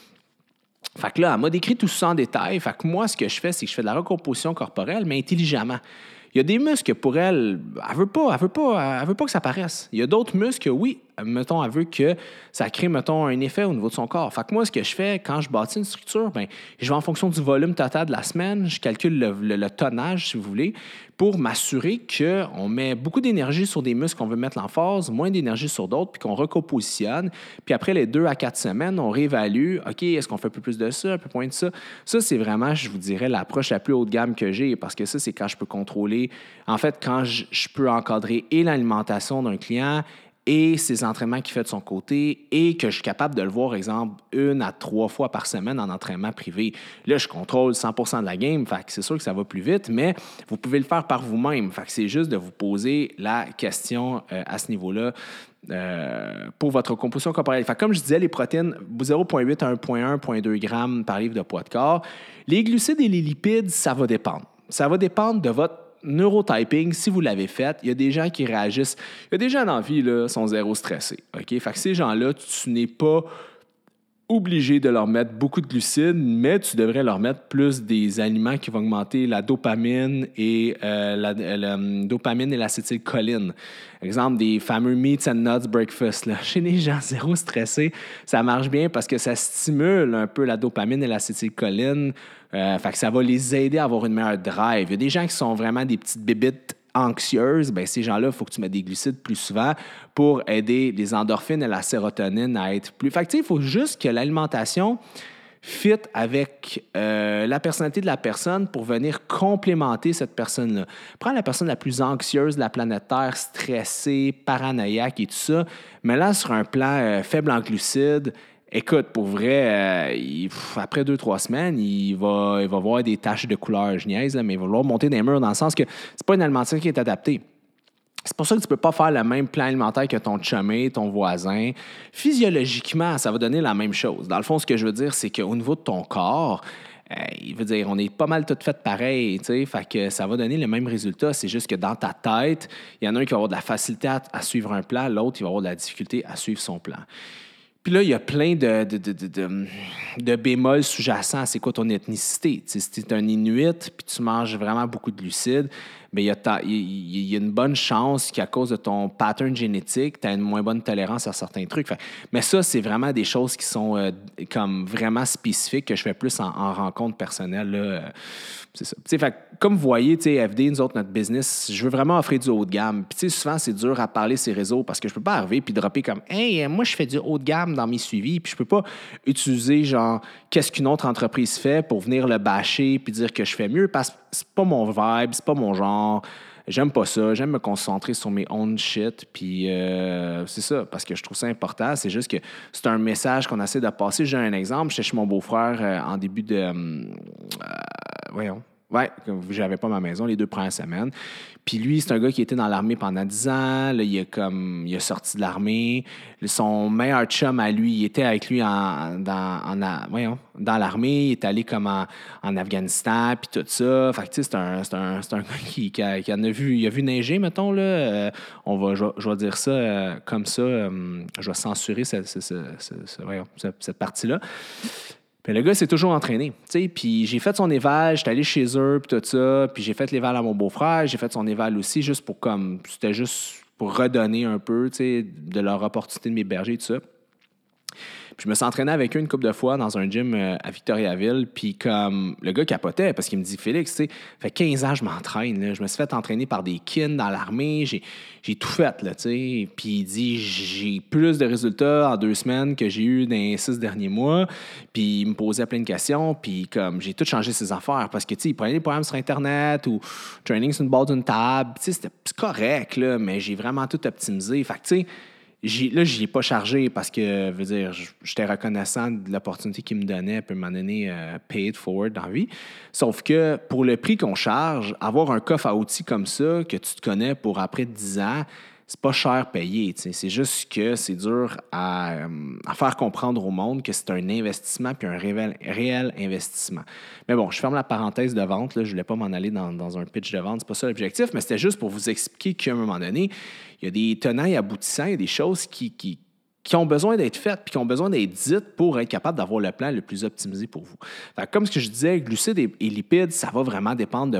Fait que là, elle m'a décrit tout ça en détail. Fait que moi, ce que je fais, c'est que je fais de la recomposition corporelle, mais intelligemment. Il y a des muscles que pour elle, elle veut pas que ça paraisse. Il y a d'autres muscles que, oui, mettons, elle veut que ça crée, mettons, un effet au niveau de son corps. Fait que moi, ce que je fais quand je bâtis une structure, bien, je vais en fonction du volume total de la semaine, je calcule le tonnage, si vous voulez, pour m'assurer qu'on met beaucoup d'énergie sur des muscles qu'on veut mettre l'emphase, moins d'énergie sur d'autres, puis qu'on recompositionne. Puis après les 2 à 4 semaines, on réévalue. OK, est-ce qu'on fait un peu plus de ça, un peu moins de ça? Ça, c'est vraiment, je vous dirais, l'approche la plus haut de gamme que j'ai, parce que ça, c'est quand je peux contrôler. En fait, quand je peux encadrer et l'alimentation d'un client et ses entraînements qu'il fait de son côté et que je suis capable de le voir, exemple, 1 à 3 fois par semaine en entraînement privé. Là, je contrôle 100% de la game, fait que c'est sûr que ça va plus vite, mais vous pouvez le faire par vous-même. Fait que c'est juste de vous poser la question à ce niveau-là pour votre composition corporelle. Fait que comme je disais, les protéines, 0,8 à 1,1, 1,2 grammes par livre de poids de corps. Les glucides et les lipides, ça va dépendre. Ça va dépendre de votre neurotyping, si vous l'avez fait. Il y a des gens qui réagissent. Il y a des gens dans la vie, là, sont zéro stressés. OK? Fait que ces gens-là, tu n'es pas obligé de leur mettre beaucoup de glucides, mais tu devrais leur mettre plus des aliments qui vont augmenter la dopamine et la dopamine et l'acétylcholine. Exemple, des fameux meats and nuts breakfast. Là. Chez les gens zéro stressés, ça marche bien parce que ça stimule un peu la dopamine et l'acétylcholine. Fait que ça va les aider à avoir une meilleure drive. Il y a des gens qui sont vraiment des petites bébites anxieuses, bien, ces gens-là, il faut que tu mettes des glucides plus souvent pour aider les endorphines et la sérotonine à être plus... Fait que, tu sais, il faut juste que l'alimentation fit avec la personnalité de la personne pour venir complémenter cette personne-là. Prends la personne la plus anxieuse de la planète Terre, stressée, paranoïaque et tout ça, mais là, sur un plan faible en glucides, écoute, pour vrai, après 2-3 semaines, il va avoir des taches de couleur, je niaise, là, mais il va vouloir monter des murs dans le sens que c'est pas une alimentation qui est adaptée. C'est pour ça que tu ne peux pas faire le même plan alimentaire que ton chumé, ton voisin. Physiologiquement, ça va donner la même chose. Dans le fond, ce que je veux dire, c'est qu'au niveau de ton corps, il veut dire, on est pas mal toutes faites pareil, tu sais, fait que ça va donner le même résultat. C'est juste que dans ta tête, il y en a un qui va avoir de la facilité à suivre un plan, l'autre, il va avoir de la difficulté à suivre son plan. Puis là, il y a plein de bémols sous-jacents. C'est quoi ton ethnicité? T'sais, si tu es un Inuit puis tu manges vraiment beaucoup de glucides, bien, il y a une bonne chance qu'à cause de ton pattern génétique, tu as une moins bonne tolérance à certains trucs. Mais ça, c'est vraiment des choses qui sont comme vraiment spécifiques que je fais plus en rencontre personnelle. Là. C'est ça. Fait, comme vous voyez, FD, nous autres, notre business, je veux vraiment offrir du haut de gamme. Puis souvent, c'est dur à parler ces réseaux parce que je peux pas arriver puis dropper comme « Hey, moi, je fais du haut de gamme dans mes suivis. » Puis je peux pas utiliser genre qu'est-ce qu'une autre entreprise fait pour venir le bâcher puis dire que je fais mieux parce que c'est pas mon vibe, c'est pas mon genre. J'aime pas ça. J'aime me concentrer sur mes own shit. Puis c'est ça, parce que je trouve ça important. C'est juste que c'est un message qu'on essaie de passer. J'ai un exemple. J'étais chez mon beau-frère en début de... voyons. Ouais, j'avais pas ma maison les 2 premières semaines. Puis lui, c'est un gars qui était dans l'armée pendant 10 ans. Là, il a sorti de l'armée. Son meilleur chum à lui, il était avec lui dans l'armée. Il est allé comme en Afghanistan, puis tout ça. Fait que, tu sais, c'est un gars qui en a vu, il a vu neiger, mettons, là. Je vais dire ça comme ça. Je vais censurer cette partie-là. Puis le gars s'est toujours entraîné, tu sais, puis j'ai fait son éval, j'étais allé chez eux, puis tout ça, puis j'ai fait l'éval à mon beau-frère, j'ai fait son éval aussi, juste pour c'était juste pour redonner un peu, tu sais, de leur opportunité de m'héberger et tout ça. Puis je me suis entraîné avec eux une couple de fois dans un gym à Victoriaville. Puis comme le gars capotait parce qu'il me dit Félix, tu sais, fait 15 ans que je m'entraîne. Là. Je me suis fait entraîner par des kins dans l'armée. J'ai tout fait, là, tu sais. Puis il dit j'ai plus de résultats en 2 semaines que j'ai eu dans les 6 derniers mois. Puis il me posait plein de questions. Puis comme j'ai tout changé ses affaires parce que, tu sais, il prenait des programmes sur Internet ou training sur une barre d'une table. Tu sais, c'est correct, là, mais j'ai vraiment tout optimisé. Fait que, tu sais, je n'y ai pas chargé parce que, veux dire, j'étais reconnaissant de l'opportunité qu'il me donnait, puis m'en donner pay it forward dans la vie. Sauf que pour le prix qu'on charge, avoir un coffre à outils comme ça, que tu te connais pour après 10 ans, c'est pas cher payé. T'sais. C'est juste que c'est dur à faire comprendre au monde que c'est un investissement puis un réel investissement. Mais bon, je ferme la parenthèse de vente. Là. Je voulais pas m'en aller dans un pitch de vente. C'est pas ça l'objectif, mais c'était juste pour vous expliquer qu'à un moment donné, il y a des tenants et aboutissants, il y a des choses qui ont besoin d'être faites puis qui ont besoin d'être dites pour être capable d'avoir le plan le plus optimisé pour vous. Fait que comme ce que je disais, glucides et lipides, ça va vraiment dépendre de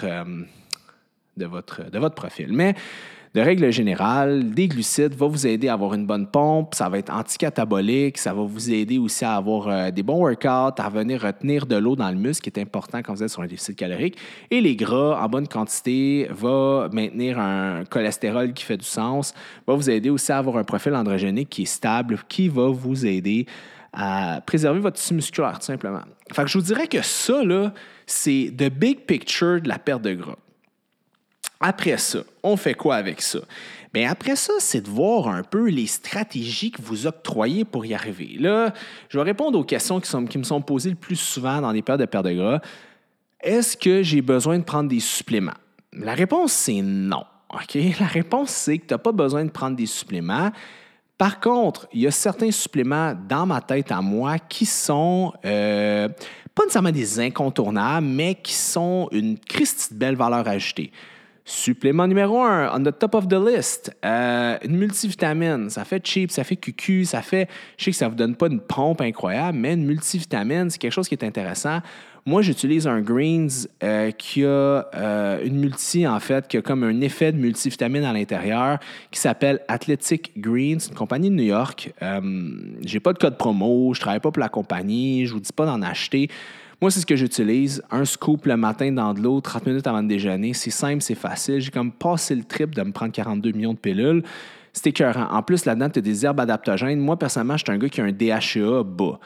votre profil. Mais de règle générale, des glucides va vous aider à avoir une bonne pompe, ça va être anticatabolique, ça va vous aider aussi à avoir des bons workouts, à venir retenir de l'eau dans le muscle, qui est important quand vous êtes sur un déficit calorique. Et les gras, en bonne quantité, va maintenir un cholestérol qui fait du sens, va vous aider aussi à avoir un profil androgénique qui est stable, qui va vous aider à préserver votre tissu musculaire, tout simplement. Fait que je vous dirais que ça, là, c'est the big picture de la perte de gras. Après ça, on fait quoi avec ça? Bien, après ça, c'est de voir un peu les stratégies que vous octroyez pour y arriver. Là, je vais répondre aux questions qui me sont posées le plus souvent dans les périodes de perte de gras. Est-ce que j'ai besoin de prendre des suppléments? La réponse, c'est non. OK? La réponse, c'est que tu n'as pas besoin de prendre des suppléments. Par contre, il y a certains suppléments dans ma tête à moi qui sont pas nécessairement des incontournables, mais qui sont une christie de belle valeur ajoutée. Supplément numéro 1, on the top of the list, une multivitamine. Ça fait cheap, ça fait cucu, ça fait... Je sais que ça ne vous donne pas une pompe incroyable, mais une multivitamine, c'est quelque chose qui est intéressant. Moi, j'utilise un Greens qui a une multi, en fait, qui a comme un effet de multivitamine à l'intérieur, qui s'appelle Athletic Greens, une compagnie de New York. J'ai pas de code promo, je travaille pas pour la compagnie, je vous dis pas d'en acheter. Moi, c'est ce que j'utilise. Un scoop le matin dans de l'eau, 30 minutes avant le déjeuner. C'est simple, c'est facile. J'ai comme passé le trip de me prendre 42 millions de pilules. C'est écœurant. En plus, là-dedans, tu as des herbes adaptogènes. Moi, personnellement, je suis un gars qui a un DHEA bas.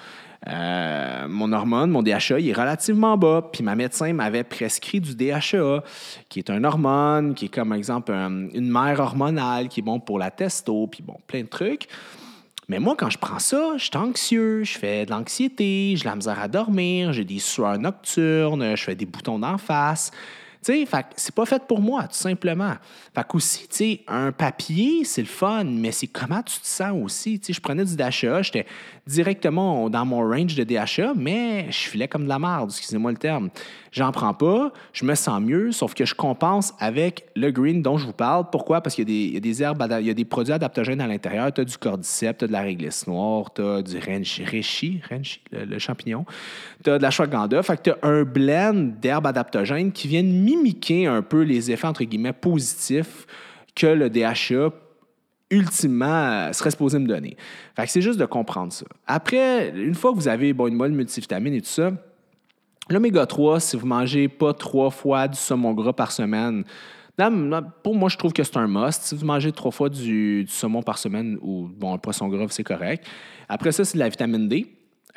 Mon DHEA, il est relativement bas. Puis ma médecin m'avait prescrit du DHEA, qui est une hormone, qui est comme, exemple, une mère hormonale, qui est bon pour la testo, puis bon, plein de trucs. Mais moi, quand je prends ça, je suis anxieux, je fais de l'anxiété, j'ai de la misère à dormir, j'ai des sueurs nocturnes, je fais des boutons d'en face. Tu sais, c'est pas fait pour moi, tout simplement. Fait qu'aussi, tu sais, un papier, c'est le fun, mais c'est comment tu te sens aussi. Tu sais, je prenais du DHEA, j'étais directement dans mon range de DHEA, mais je filais comme de la merde, excusez-moi le terme. J'en prends pas, je me sens mieux, sauf que je compense avec le green dont je vous parle. Pourquoi? Parce qu'il y a des herbes, il y a des produits adaptogènes à l'intérieur. Tu as du cordyceps, tu as de la réglisse noire, tu as du reishi, le champignon. Tu as de la ashwagandha. Fait que tu as un blend d'herbes adaptogènes qui viennent mimiquer un peu les effets, entre guillemets, positifs que le DHA ultimement, serait supposé me donner. Fait que c'est juste de comprendre ça. Après, une fois que vous avez une bonne multivitamine et tout ça, l'oméga 3, si vous ne mangez pas 3 fois du saumon gras par semaine, pour moi, je trouve que c'est un must. Si vous mangez 3 fois du saumon par semaine ou un poisson gras, c'est correct. Après ça, c'est de la vitamine D.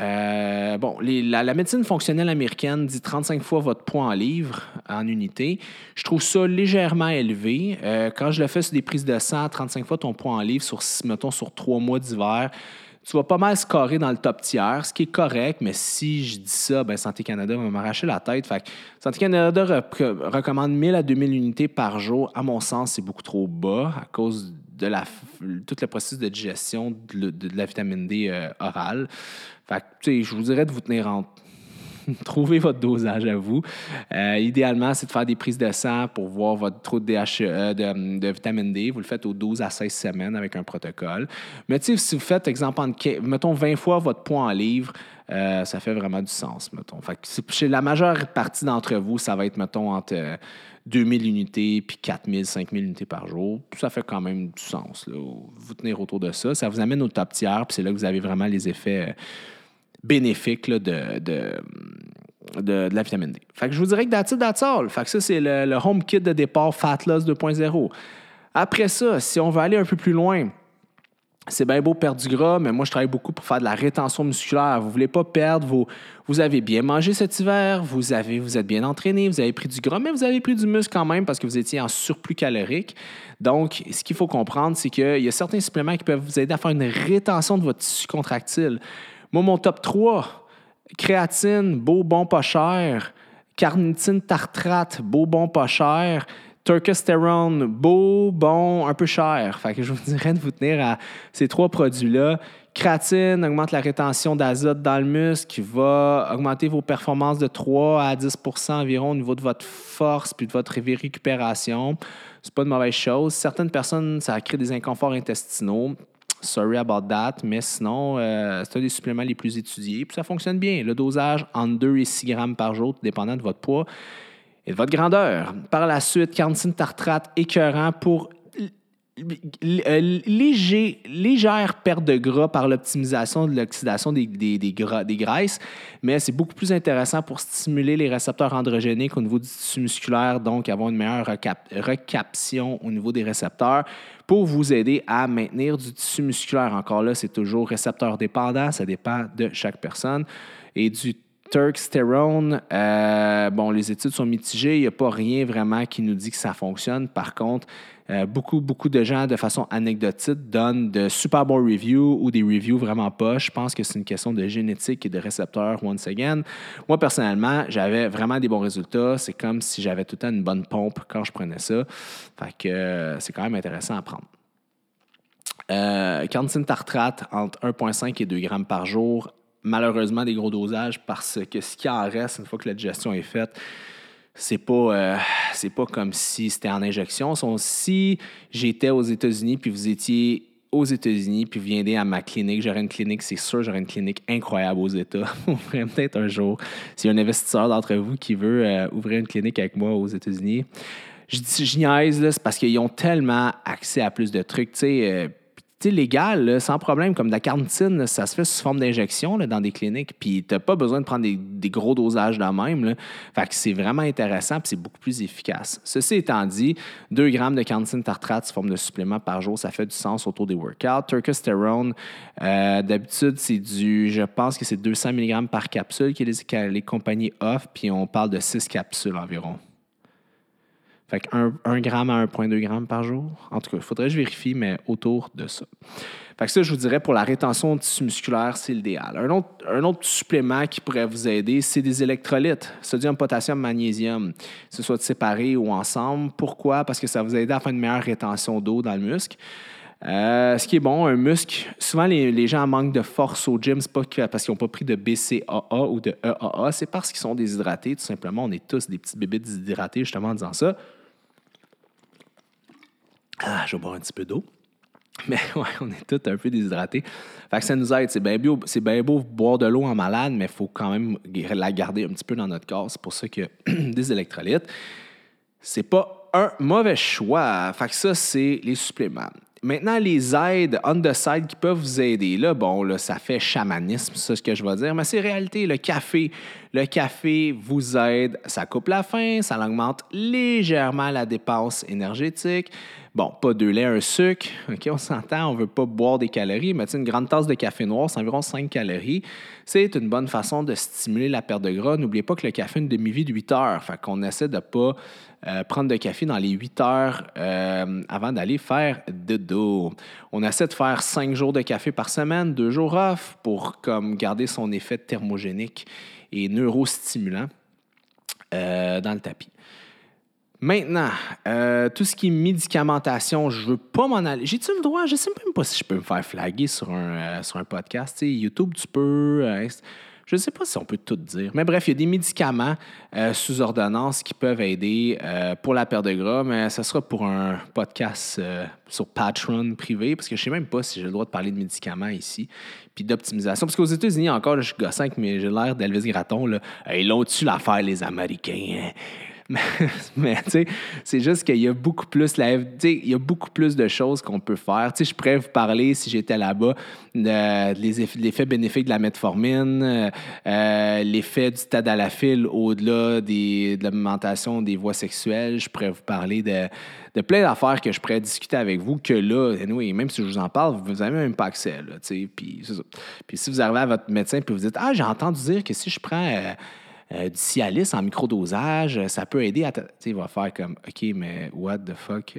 La médecine fonctionnelle américaine dit 35 fois votre poids en livres, en unité. Je trouve ça légèrement élevé. Quand je le fais sur des prises de sang, 35 fois ton poids en livres, mettons sur 3 mois d'hiver, tu vas pas mal scorer dans le top tiers, ce qui est correct, mais si je dis ça, ben Santé Canada va m'arracher la tête. Fait que Santé Canada recommande 1000 à 2000 unités par jour. À mon sens, c'est beaucoup trop bas à cause de tout le processus de digestion de la vitamine D orale. Fait que, tu sais, je vous dirais de vous tenir en trouvez votre dosage à vous. Idéalement, c'est de faire des prises de sang pour voir votre taux de DHE, de vitamine D. Vous le faites aux 12 à 16 semaines avec un protocole. Mais si vous faites, exemple, mettons 20 fois votre poids en livres, ça fait vraiment du sens, mettons. Fait que chez la majeure partie d'entre vous, ça va être, mettons, entre 2000 unités puis 4000, 5000 unités par jour. Ça fait quand même du sens, là. Vous tenir autour de ça. Ça vous amène au top tiers, puis c'est là que vous avez vraiment les effets bénéfique là, de la vitamine D. Fait que je vous dirais que that's all. Fait que ça, c'est le home kit de départ Fat Loss 2.0. Après ça, si on veut aller un peu plus loin, c'est bien beau perdre du gras, mais moi, je travaille beaucoup pour faire de la rétention musculaire. Vous ne voulez pas perdre vous avez bien mangé cet hiver, vous êtes bien entraîné, vous avez pris du gras, mais vous avez pris du muscle quand même parce que vous étiez en surplus calorique. Donc, ce qu'il faut comprendre, c'est qu'il y a certains suppléments qui peuvent vous aider à faire une rétention de votre tissu contractile. Moi, mon top 3, créatine, beau, bon, pas cher. Carnitine, tartrate, beau, bon, pas cher. Testosterone, beau, bon, un peu cher. Fait que je vous dirais de vous tenir à ces 3 produits-là. Créatine augmente la rétention d'azote dans le muscle, qui va augmenter vos performances de 3 à 10 % environ au niveau de votre force puis de votre récupération. C'est pas une mauvaise chose. Certaines personnes, ça crée des inconforts intestinaux. Sorry about that, mais sinon, c'est un des suppléments les plus étudiés. Puis ça fonctionne bien. Le dosage, entre 2 et 6 grammes par jour, dépendant de votre poids et de votre grandeur. Par la suite, carnitine tartrate écœurant pour légère perte de gras par l'optimisation de l'oxydation des graisses, mais c'est beaucoup plus intéressant pour stimuler les récepteurs androgéniques au niveau du tissu musculaire, donc avoir une meilleure recaptation au niveau des récepteurs pour vous aider à maintenir du tissu musculaire. Encore là, c'est toujours récepteur dépendant, ça dépend de chaque personne. Et du testosterone, les études sont mitigées, il n'y a pas rien vraiment qui nous dit que ça fonctionne. Par contre, beaucoup de gens, de façon anecdotique, donnent de super bons reviews ou des reviews vraiment pas. Je pense que c'est une question de génétique et de récepteurs, once again. Moi, personnellement, j'avais vraiment des bons résultats. C'est comme si j'avais tout le temps une bonne pompe quand je prenais ça. Fait que c'est quand même intéressant à prendre. Carnitine tartrate, entre 1,5 et 2 grammes par jour. Malheureusement, des gros dosages parce que ce qui en reste, une fois que la digestion est faite, c'est pas comme si c'était en injection. Si j'étais aux États-Unis puis vous étiez aux États-Unis puis vous viendrez à ma clinique, j'aurais une clinique, c'est sûr, j'aurais une clinique incroyable aux États. On ferait peut-être un jour, s'il y a un investisseur d'entre vous qui veut ouvrir une clinique avec moi aux États-Unis. Je niaise, là, c'est parce qu'ils ont tellement accès à plus de trucs, tu sais. Légal, là, sans problème, comme de la carnitine, là, ça se fait sous forme d'injection là, dans des cliniques, puis tu n'as pas besoin de prendre des gros dosages de même. Là. Fait que c'est vraiment intéressant, puis c'est beaucoup plus efficace. Ceci étant dit, 2 grammes de carnitine tartrate sous forme de supplément par jour, ça fait du sens autour des workouts. Testosterone, d'habitude, je pense que c'est 200 mg par capsule que les compagnies offrent, puis on parle de 6 capsules environ. Fait que 1 gramme à 1,2 grammes par jour. En tout cas, il faudrait que je vérifie, mais autour de ça. Fait que ça, je vous dirais, pour la rétention de tissu musculaire, c'est l'idéal. Un autre supplément qui pourrait vous aider, c'est des électrolytes. Sodium, potassium, magnésium. Que ce soit séparés ou ensemble. Pourquoi? Parce que ça vous aide à faire une meilleure rétention d'eau dans le muscle. Ce qui est bon, un muscle, souvent les gens manquent de force au gym, c'est pas parce qu'ils n'ont pas pris de BCAA ou de EAA, c'est parce qu'ils sont déshydratés, tout simplement. On est tous des petits bébés déshydratés, justement, en disant ça. Je vais boire un petit peu d'eau. Mais ouais, on est tous un peu déshydratés. Fait que ça nous aide. C'est bien beau boire de l'eau en malade, mais il faut quand même la garder un petit peu dans notre corps. C'est pour ça que des électrolytes, c'est pas un mauvais choix. Fait que ça, c'est les suppléments. Maintenant, les aides on the side qui peuvent vous aider. Là, ça fait chamanisme, c'est ce que je vais dire, mais c'est réalité. Le café vous aide, ça coupe la faim, ça augmente légèrement la dépense énergétique, Bon, pas 2 laits, un sucre. OK, on s'entend, on ne veut pas boire des calories, mais une grande tasse de café noir, c'est environ 5 calories. C'est une bonne façon de stimuler la perte de gras. N'oubliez pas que le café a une demi-vie de 8 heures. Fait qu'on essaie de ne pas prendre de café dans les 8 heures avant d'aller faire dodo. On essaie de faire 5 jours de café par semaine, 2 jours off pour comme, garder son effet thermogénique et neurostimulant dans le tapis. Maintenant, tout ce qui est médicamentation, je ne veux pas m'en aller. J'ai-tu le droit? Je ne sais même pas si je peux me faire flaguer sur un podcast. T'sais, YouTube, tu peux. Je ne sais pas si on peut tout dire. Mais bref, il y a des médicaments sous ordonnance qui peuvent aider pour la perte de gras, mais ça sera pour un podcast sur Patreon privé, parce que je ne sais même pas si j'ai le droit de parler de médicaments ici, puis d'optimisation. Parce qu'aux États-Unis, encore, là, je suis gossant, mais j'ai l'air d'Elvis Gratton. Là. Ils l'ont-tu l'affaire, les Américains? Hein? Mais tu sais, c'est juste qu'il y a beaucoup plus il y a beaucoup plus de choses qu'on peut faire. Tu sais, je pourrais vous parler, si j'étais là-bas, de l'effet bénéfique de la metformine, l'effet du tadalafil au-delà de l'alimentation des voies sexuelles. Je pourrais vous parler de plein d'affaires que je pourrais discuter avec vous, que là, anyway, même si je vous en parle, vous n'avez même pas accès. Là, puis, c'est ça. Puis si vous arrivez à votre médecin et vous dites « Ah, j'ai entendu dire que si je prends... du Cialis en microdosage, ça peut aider à... Il va faire comme, OK, mais what the fuck?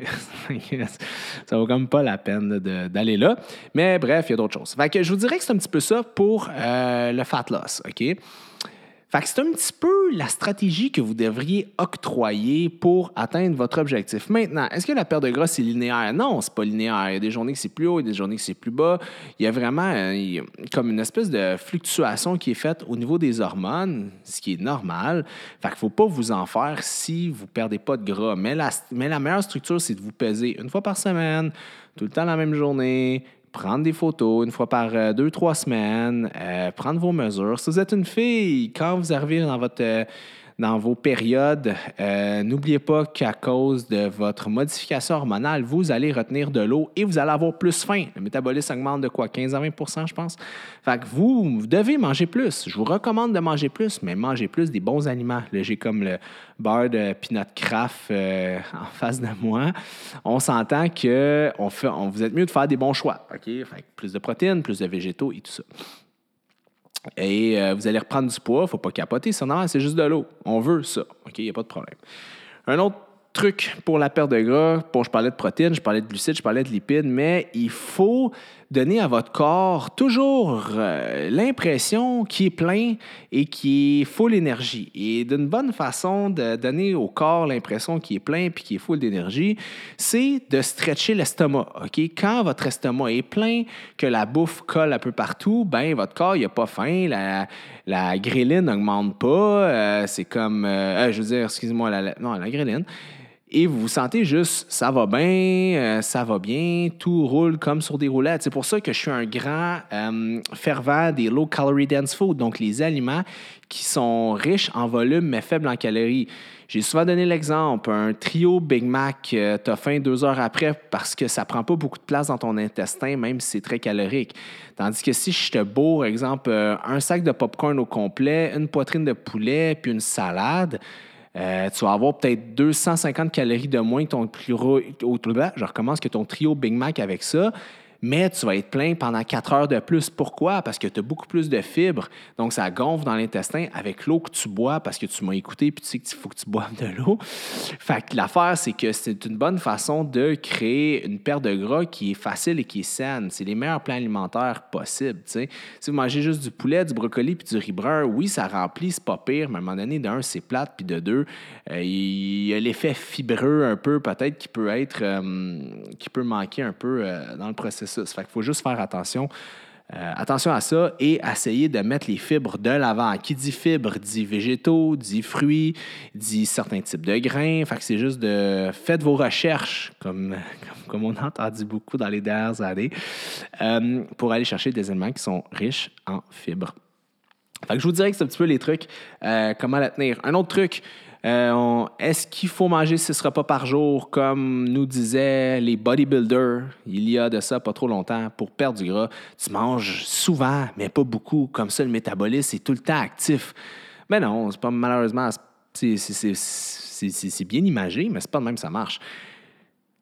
Ça vaut comme pas la peine d'aller là. Mais bref, il y a d'autres choses. Fait que je vous dirais que c'est un petit peu ça pour le fat loss, OK? Fait que c'est un petit peu la stratégie que vous devriez octroyer pour atteindre votre objectif. Maintenant, est-ce que la perte de gras, c'est linéaire? Non, c'est pas linéaire. Il y a des journées que c'est plus haut, il y a des journées que c'est plus bas. Il y a vraiment comme une espèce de fluctuation qui est faite au niveau des hormones, ce qui est normal. Fait qu'il ne faut pas vous en faire si vous ne perdez pas de gras. Mais la meilleure structure, c'est de vous peser une fois par semaine, tout le temps la même journée, prendre des photos une fois par 2-3 semaines, prendre vos mesures. Si vous êtes une fille, quand vous arrivez dans vos périodes, n'oubliez pas qu'à cause de votre modification hormonale, vous allez retenir de l'eau et vous allez avoir plus faim. Le métabolisme augmente de quoi? 15 à 20 % je pense. Fait que vous devez manger plus. Je vous recommande de manger plus, mais mangez plus des bons aliments. Là, j'ai comme le beurre de peanut craft en face de moi. On s'entend que vous êtes mieux de faire des bons choix. OK? Fait que plus de protéines, plus de végétaux et tout ça. Et vous allez reprendre du poids, il ne faut pas capoter, c'est juste de l'eau. On veut ça, OK, il n'y a pas de problème. Un autre truc pour la perte de gras, je parlais de protéines, je parlais de glucides, je parlais de lipides, mais il faut donner à votre corps toujours l'impression qu'il est plein et qu'il est full d'énergie. Et d'une bonne façon de donner au corps l'impression qu'il est plein et qu'il est full d'énergie, c'est de stretcher l'estomac. OK? Quand votre estomac est plein, que la bouffe colle un peu partout, ben votre corps, il n'a pas faim, la gréline n'augmente pas. C'est comme, je veux dire, excusez-moi, la gréline. Et vous vous sentez juste, ça va bien, tout roule comme sur des roulettes. C'est pour ça que je suis un grand fervent des low-calorie dense food, donc les aliments qui sont riches en volume mais faibles en calories. J'ai souvent donné l'exemple, un trio Big Mac, t'as faim 2 heures après parce que ça prend pas beaucoup de place dans ton intestin, même si c'est très calorique. Tandis que si je te bourre, exemple, un sac de popcorn au complet, une poitrine de poulet, puis une salade, tu vas avoir peut-être 250 calories de moins que ton trio. Je recommence que ton trio Big Mac avec ça. Mais tu vas être plein pendant 4 heures de plus. Pourquoi? Parce que tu as beaucoup plus de fibres. Donc, ça gonfle dans l'intestin avec l'eau que tu bois parce que tu m'as écouté et tu sais qu'il faut que tu boives de l'eau. Fait que l'affaire, c'est que c'est une bonne façon de créer une perte de gras qui est facile et qui est saine. C'est les meilleurs plans alimentaires possibles. T'sais. Si vous mangez juste du poulet, du brocoli puis du riz brun, oui, ça remplit, c'est pas pire, mais à un moment donné, d'un, c'est plate, puis de deux, il y a l'effet fibreux un peu, peut-être, qui peut manquer un peu dans le processus. Fait qu'il faut juste faire attention à ça et essayer de mettre les fibres de l'avant. Qui dit fibres dit végétaux, dit fruits, dit certains types de grains. Fait que c'est juste faites vos recherches, comme on a entendu beaucoup dans les dernières années, pour aller chercher des aliments qui sont riches en fibres. Fait que je vous dirais que c'est un petit peu les trucs, comment la tenir. Un autre truc, est-ce qu'il faut manger 6 repas par jour, comme nous disaient les bodybuilders, il y a de ça pas trop longtemps, pour perdre du gras? Tu manges souvent, mais pas beaucoup. Comme ça, le métabolisme est tout le temps actif. Mais non, c'est pas malheureusement, c'est bien imagé, mais c'est pas de même que ça marche.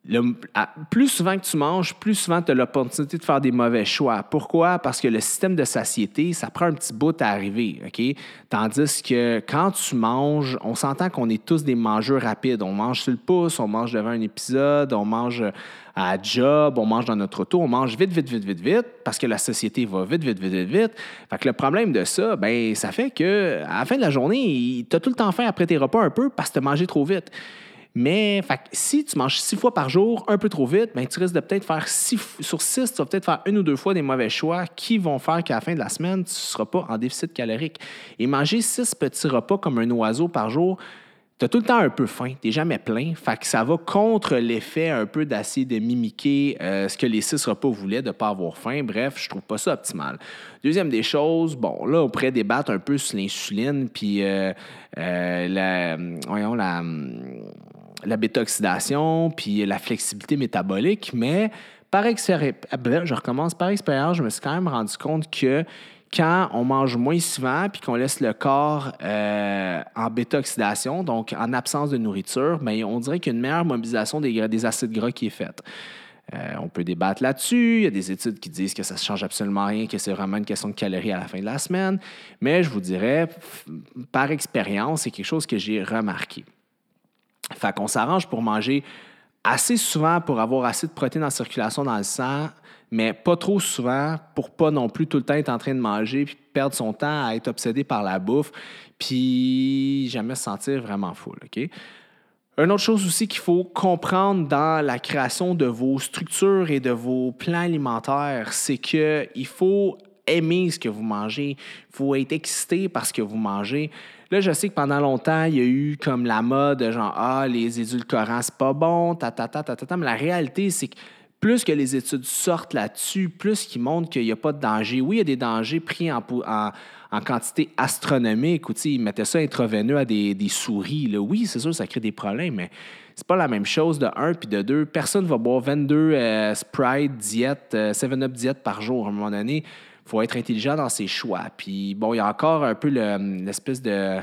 plus souvent que tu manges, plus souvent tu as l'opportunité de faire des mauvais choix. Pourquoi? Parce que le système de satiété, ça prend un petit bout à arriver. OK? Tandis que quand tu manges, on s'entend qu'on est tous des mangeurs rapides. On mange sur le pouce, on mange devant un épisode, on mange à la job, on mange dans notre auto, on mange vite, vite, vite, vite, vite, parce que la société va vite, vite, vite, vite, vite. Fait que le problème de ça, ben ça fait que à la fin de la journée, tu as tout le temps faim après tes repas un peu parce que tu as mangé trop vite. Mais si tu manges 6 fois par jour, un peu trop vite, ben, tu risques de peut-être faire sur 6, tu vas peut-être faire une ou deux fois des mauvais choix qui vont faire qu'à la fin de la semaine, tu ne seras pas en déficit calorique. Et manger 6 petits repas comme un oiseau par jour, tu as tout le temps un peu faim, tu n'es jamais plein. Fait que ça va contre l'effet un peu d'essayer de mimiquer ce que les 6 repas voulaient, de ne pas avoir faim. Bref, je trouve pas ça optimal. Deuxième des choses, bon, là, on pourrait débattre un peu sur l'insuline, puis la bêta-oxydation, puis la flexibilité métabolique, mais par expérience, je me suis quand même rendu compte que quand on mange moins souvent puis qu'on laisse le corps en bêta-oxydation, donc en absence de nourriture, bien, on dirait qu'il y a une meilleure mobilisation des acides gras qui est faite. On peut débattre là-dessus. Il y a des études qui disent que ça ne change absolument rien, que c'est vraiment une question de calories à la fin de la semaine. Mais je vous dirais, par expérience, c'est quelque chose que j'ai remarqué. Fait qu'on s'arrange pour manger assez souvent pour avoir assez de protéines en circulation dans le sang, mais pas trop souvent pour pas non plus tout le temps être en train de manger puis perdre son temps à être obsédé par la bouffe puis jamais se sentir vraiment full, OK? Une autre chose aussi qu'il faut comprendre dans la création de vos structures et de vos plans alimentaires, c'est qu'il faut aimer ce que vous mangez. Il faut être excité par ce que vous mangez. Là, je sais que pendant longtemps, il y a eu comme la mode, genre, les édulcorants, c'est pas bon, mais la réalité, c'est que plus que les études sortent là-dessus, plus qu'ils montrent qu'il n'y a pas de danger. Oui, il y a des dangers pris en quantité astronomique. Ou, ils mettaient ça intraveineux à des souris. Là. Oui, c'est sûr, ça crée des problèmes, mais c'est pas la même chose de un puis de deux. Personne ne va boire 22 Sprite diète, 7-Up diète par jour à un moment donné. Il faut être intelligent dans ses choix. Puis, bon, il y a encore un peu l'espèce de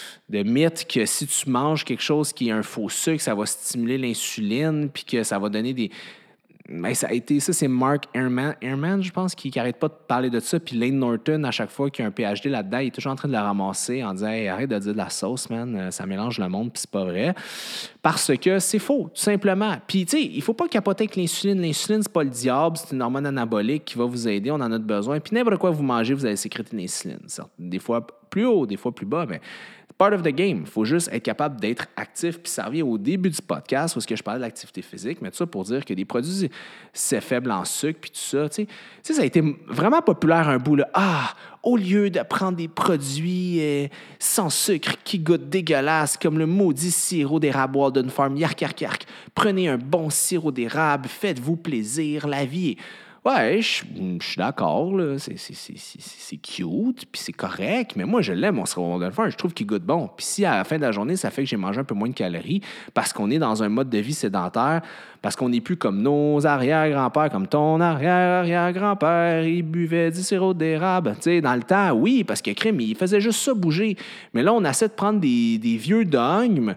mythe que si tu manges quelque chose qui est un faux sucre, ça va stimuler l'insuline puis que ça va donner des... Ben, ça, c'est Mark Ehrman, je pense, qui n'arrête pas de parler de ça. Puis Lane Norton, à chaque fois qu'il y a un PhD là-dedans, il est toujours en train de la ramasser en disant hey, arrête de dire de la sauce, man, ça mélange le monde, puis c'est pas vrai. Parce que c'est faux, tout simplement. Puis, tu sais, il faut pas capoter avec l'insuline. L'insuline, c'est pas le diable, c'est une hormone anabolique qui va vous aider, on en a besoin. Puis, n'importe quoi vous mangez, vous allez sécréter de l'insuline. Des fois plus haut, des fois plus bas, mais part of the game. Il faut juste être capable d'être actif. Puis ça revient au début du podcast où est-ce que je parlais de l'activité physique, mais tout ça pour dire que des produits, c'est faible en sucre, puis tout ça. Tu sais, ça a été vraiment populaire un bout. Là. Au lieu de prendre des produits sans sucre qui goûtent dégueulasse, comme le maudit sirop d'érable Walden Farm, yark, prenez un bon sirop d'érable, faites-vous plaisir, la vie est... Ouais, je suis d'accord, là. C'est cute, puis c'est correct, mais moi, je l'aime, mon sirop Walden Farm. Je trouve qu'il goûte bon. Puis si à la fin de la journée, ça fait que j'ai mangé un peu moins de calories parce qu'on est dans un mode de vie sédentaire, parce qu'on n'est plus comme nos arrière-grands-pères, comme ton arrière-arrière-grand-père, il buvait du sirop d'érable. Tu sais, dans le temps, oui, parce que crème, il faisait juste ça bouger. Mais là, on essaie de prendre des vieux dogmes,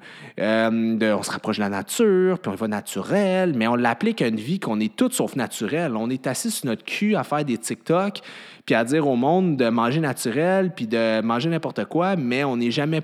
on se rapproche de la nature, puis on va naturel, mais on l'applique à une vie qu'on est toutes sauf naturelle. On est assis sur notre cul à faire des TikTok, puis à dire au monde de manger naturel, puis de manger n'importe quoi, mais on n'a jamais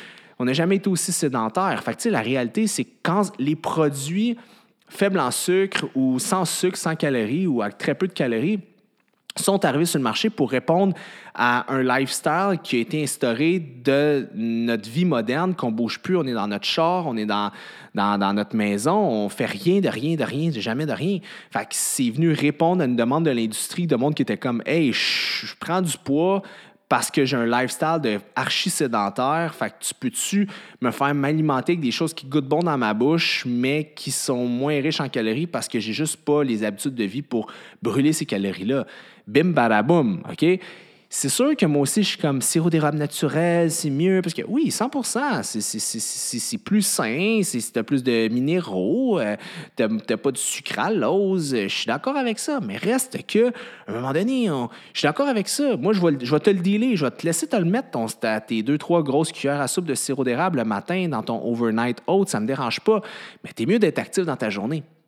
été aussi sédentaire. Fait que, tu sais, la réalité, c'est que quand les produits faibles en sucre ou sans sucre, sans calories ou avec très peu de calories sont arrivés sur le marché pour répondre à un lifestyle qui a été instauré de notre vie moderne, qu'on ne bouge plus, on est dans notre char, on est dans notre maison, on fait rien, jamais de rien. Fait que c'est venu répondre à une demande de l'industrie, de monde qui était comme « Hey, je prends du poids », parce que j'ai un lifestyle de archi-sédentaire, fait que tu peux-tu me faire m'alimenter avec des choses qui goûtent bon dans ma bouche, mais qui sont moins riches en calories parce que j'ai juste pas les habitudes de vie pour brûler ces calories-là. Bim, badaboum, OK? C'est sûr que moi aussi, je suis comme sirop d'érable naturel, c'est mieux, parce que oui, 100%, c'est plus sain, t'as plus de minéraux, t'as pas de sucralose, je suis d'accord avec ça, mais reste que, à un moment donné, je suis d'accord avec ça. Moi, je vais te le dealer, je vais te laisser te le mettre, tes 2-3 grosses cuillères à soupe de sirop d'érable le matin dans ton overnight oat, ça me dérange pas, mais t'es mieux d'être actif dans ta journée.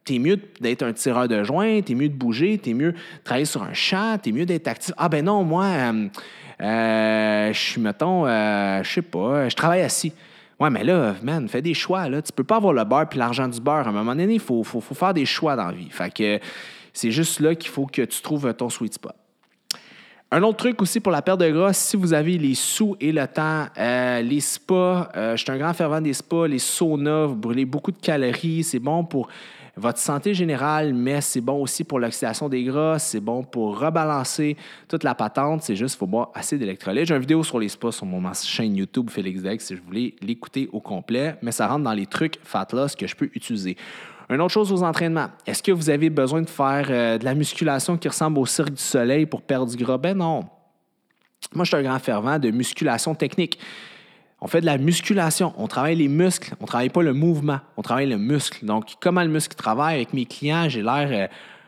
t'es mieux d'être un tireur de joint, t'es mieux de bouger, t'es mieux de travailler sur un champ, t'es mieux d'être actif. Ah ben non, moi, je suis, mettons, je sais pas, je travaille assis. Ouais, mais là, man, fais des choix. Là. Tu peux pas avoir le beurre puis l'argent du beurre. À un moment donné, il faut faire des choix dans la vie. Fait que c'est juste là qu'il faut que tu trouves ton sweet spot. Un autre truc aussi pour la perte de gras, si vous avez les sous et le temps, les spas, je suis un grand fervent des spas, les saunas, vous brûlez beaucoup de calories, c'est bon pour votre santé générale, mais c'est bon aussi pour l'oxydation des gras, c'est bon pour rebalancer toute la patente, c'est juste qu'il faut boire assez d'électrolytes. J'ai une vidéo sur les spas sur ma chaîne YouTube Félix Dex si je voulais l'écouter au complet, mais ça rentre dans les trucs fat loss que je peux utiliser. Une autre chose aux entraînements. Est-ce que vous avez besoin de faire de la musculation qui ressemble au Cirque du Soleil pour perdre du gras? Ben non. Moi, je suis un grand fervent de musculation technique. On fait de la musculation. On travaille les muscles. On ne travaille pas le mouvement. On travaille le muscle. Donc, comment le muscle travaille avec mes clients, j'ai l'air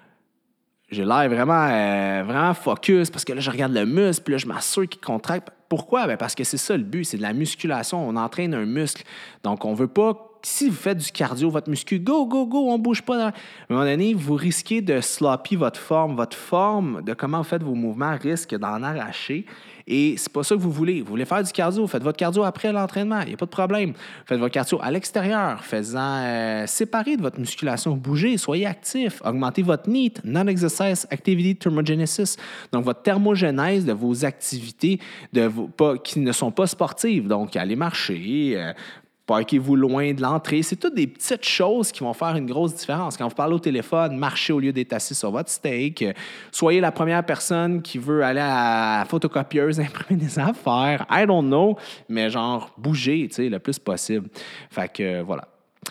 vraiment focus parce que là, je regarde le muscle puis là, je m'assure qu'il contracte. Pourquoi? Ben parce que c'est ça le but. C'est de la musculation. On entraîne un muscle. Donc, on ne veut pas... Si vous faites du cardio, votre muscu, go, on ne bouge pas. À un moment donné, vous risquez de sloppy votre forme. Votre forme de comment vous faites vos mouvements risque d'en arracher. Et c'est pas ça que vous voulez. Vous voulez faire du cardio, faites votre cardio après l'entraînement. Il n'y a pas de problème. Faites votre cardio à l'extérieur, faites-en séparé de votre musculation. Bougez, soyez actif, augmentez votre NEAT, Non-Exercise Activity Thermogenesis. Donc, votre thermogénèse de vos activités qui ne sont pas sportives. Donc, allez marcher, parquez-vous loin de l'entrée. C'est toutes des petites choses qui vont faire une grosse différence. Quand vous parlez au téléphone, marchez au lieu d'être assis sur votre steak. Soyez la première personne qui veut aller à la photocopieuse imprimer des affaires. I don't know, mais genre bougez, le plus possible. Fait que voilà.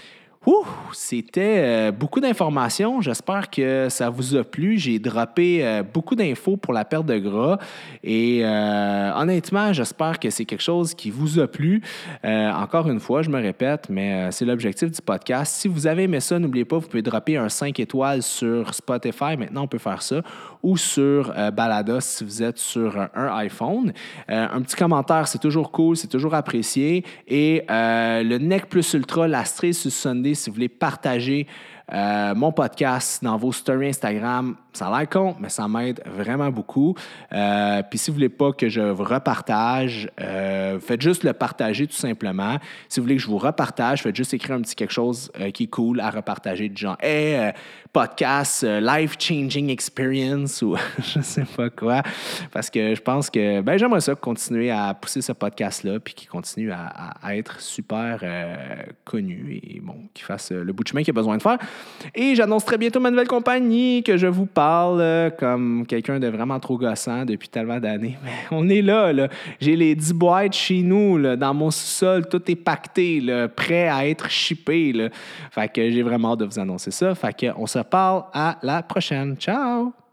C'était beaucoup d'informations. J'espère que ça vous a plu. J'ai droppé beaucoup d'infos pour la perte de gras. Et honnêtement, j'espère que c'est quelque chose qui vous a plu. Encore une fois, je me répète, mais c'est l'objectif du podcast. Si vous avez aimé ça, n'oubliez pas, vous pouvez dropper un 5 étoiles sur Spotify. Maintenant, on peut faire ça. Ou sur Balada si vous êtes sur un iPhone. Un petit commentaire, c'est toujours cool, c'est toujours apprécié. Et le Nec Plus Ultra, la Street sur Sunday, si vous voulez partager mon podcast dans vos stories Instagram, ça a l'air con, mais ça m'aide vraiment beaucoup. Puis si vous voulez pas que je vous repartage, faites juste le partager tout simplement. Si vous voulez que je vous repartage, faites juste écrire un petit quelque chose qui est cool à repartager du genre « Hey, podcast, life-changing experience » ou je sais pas quoi. Parce que je pense que j'aimerais ça continuer à pousser ce podcast-là puis qu'il continue à être super connu et bon, qu'il fasse le bout de chemin qu'il a besoin de faire. Et j'annonce très bientôt ma nouvelle compagnie que je vous parle comme quelqu'un de vraiment trop gossant depuis tellement d'années. Mais on est là. J'ai les 10 boîtes chez nous, là, dans mon sous-sol. Tout est pacté, là, prêt à être shippé. Là. Fait que j'ai vraiment hâte de vous annoncer ça. Fait qu'on se parle à la prochaine. Ciao!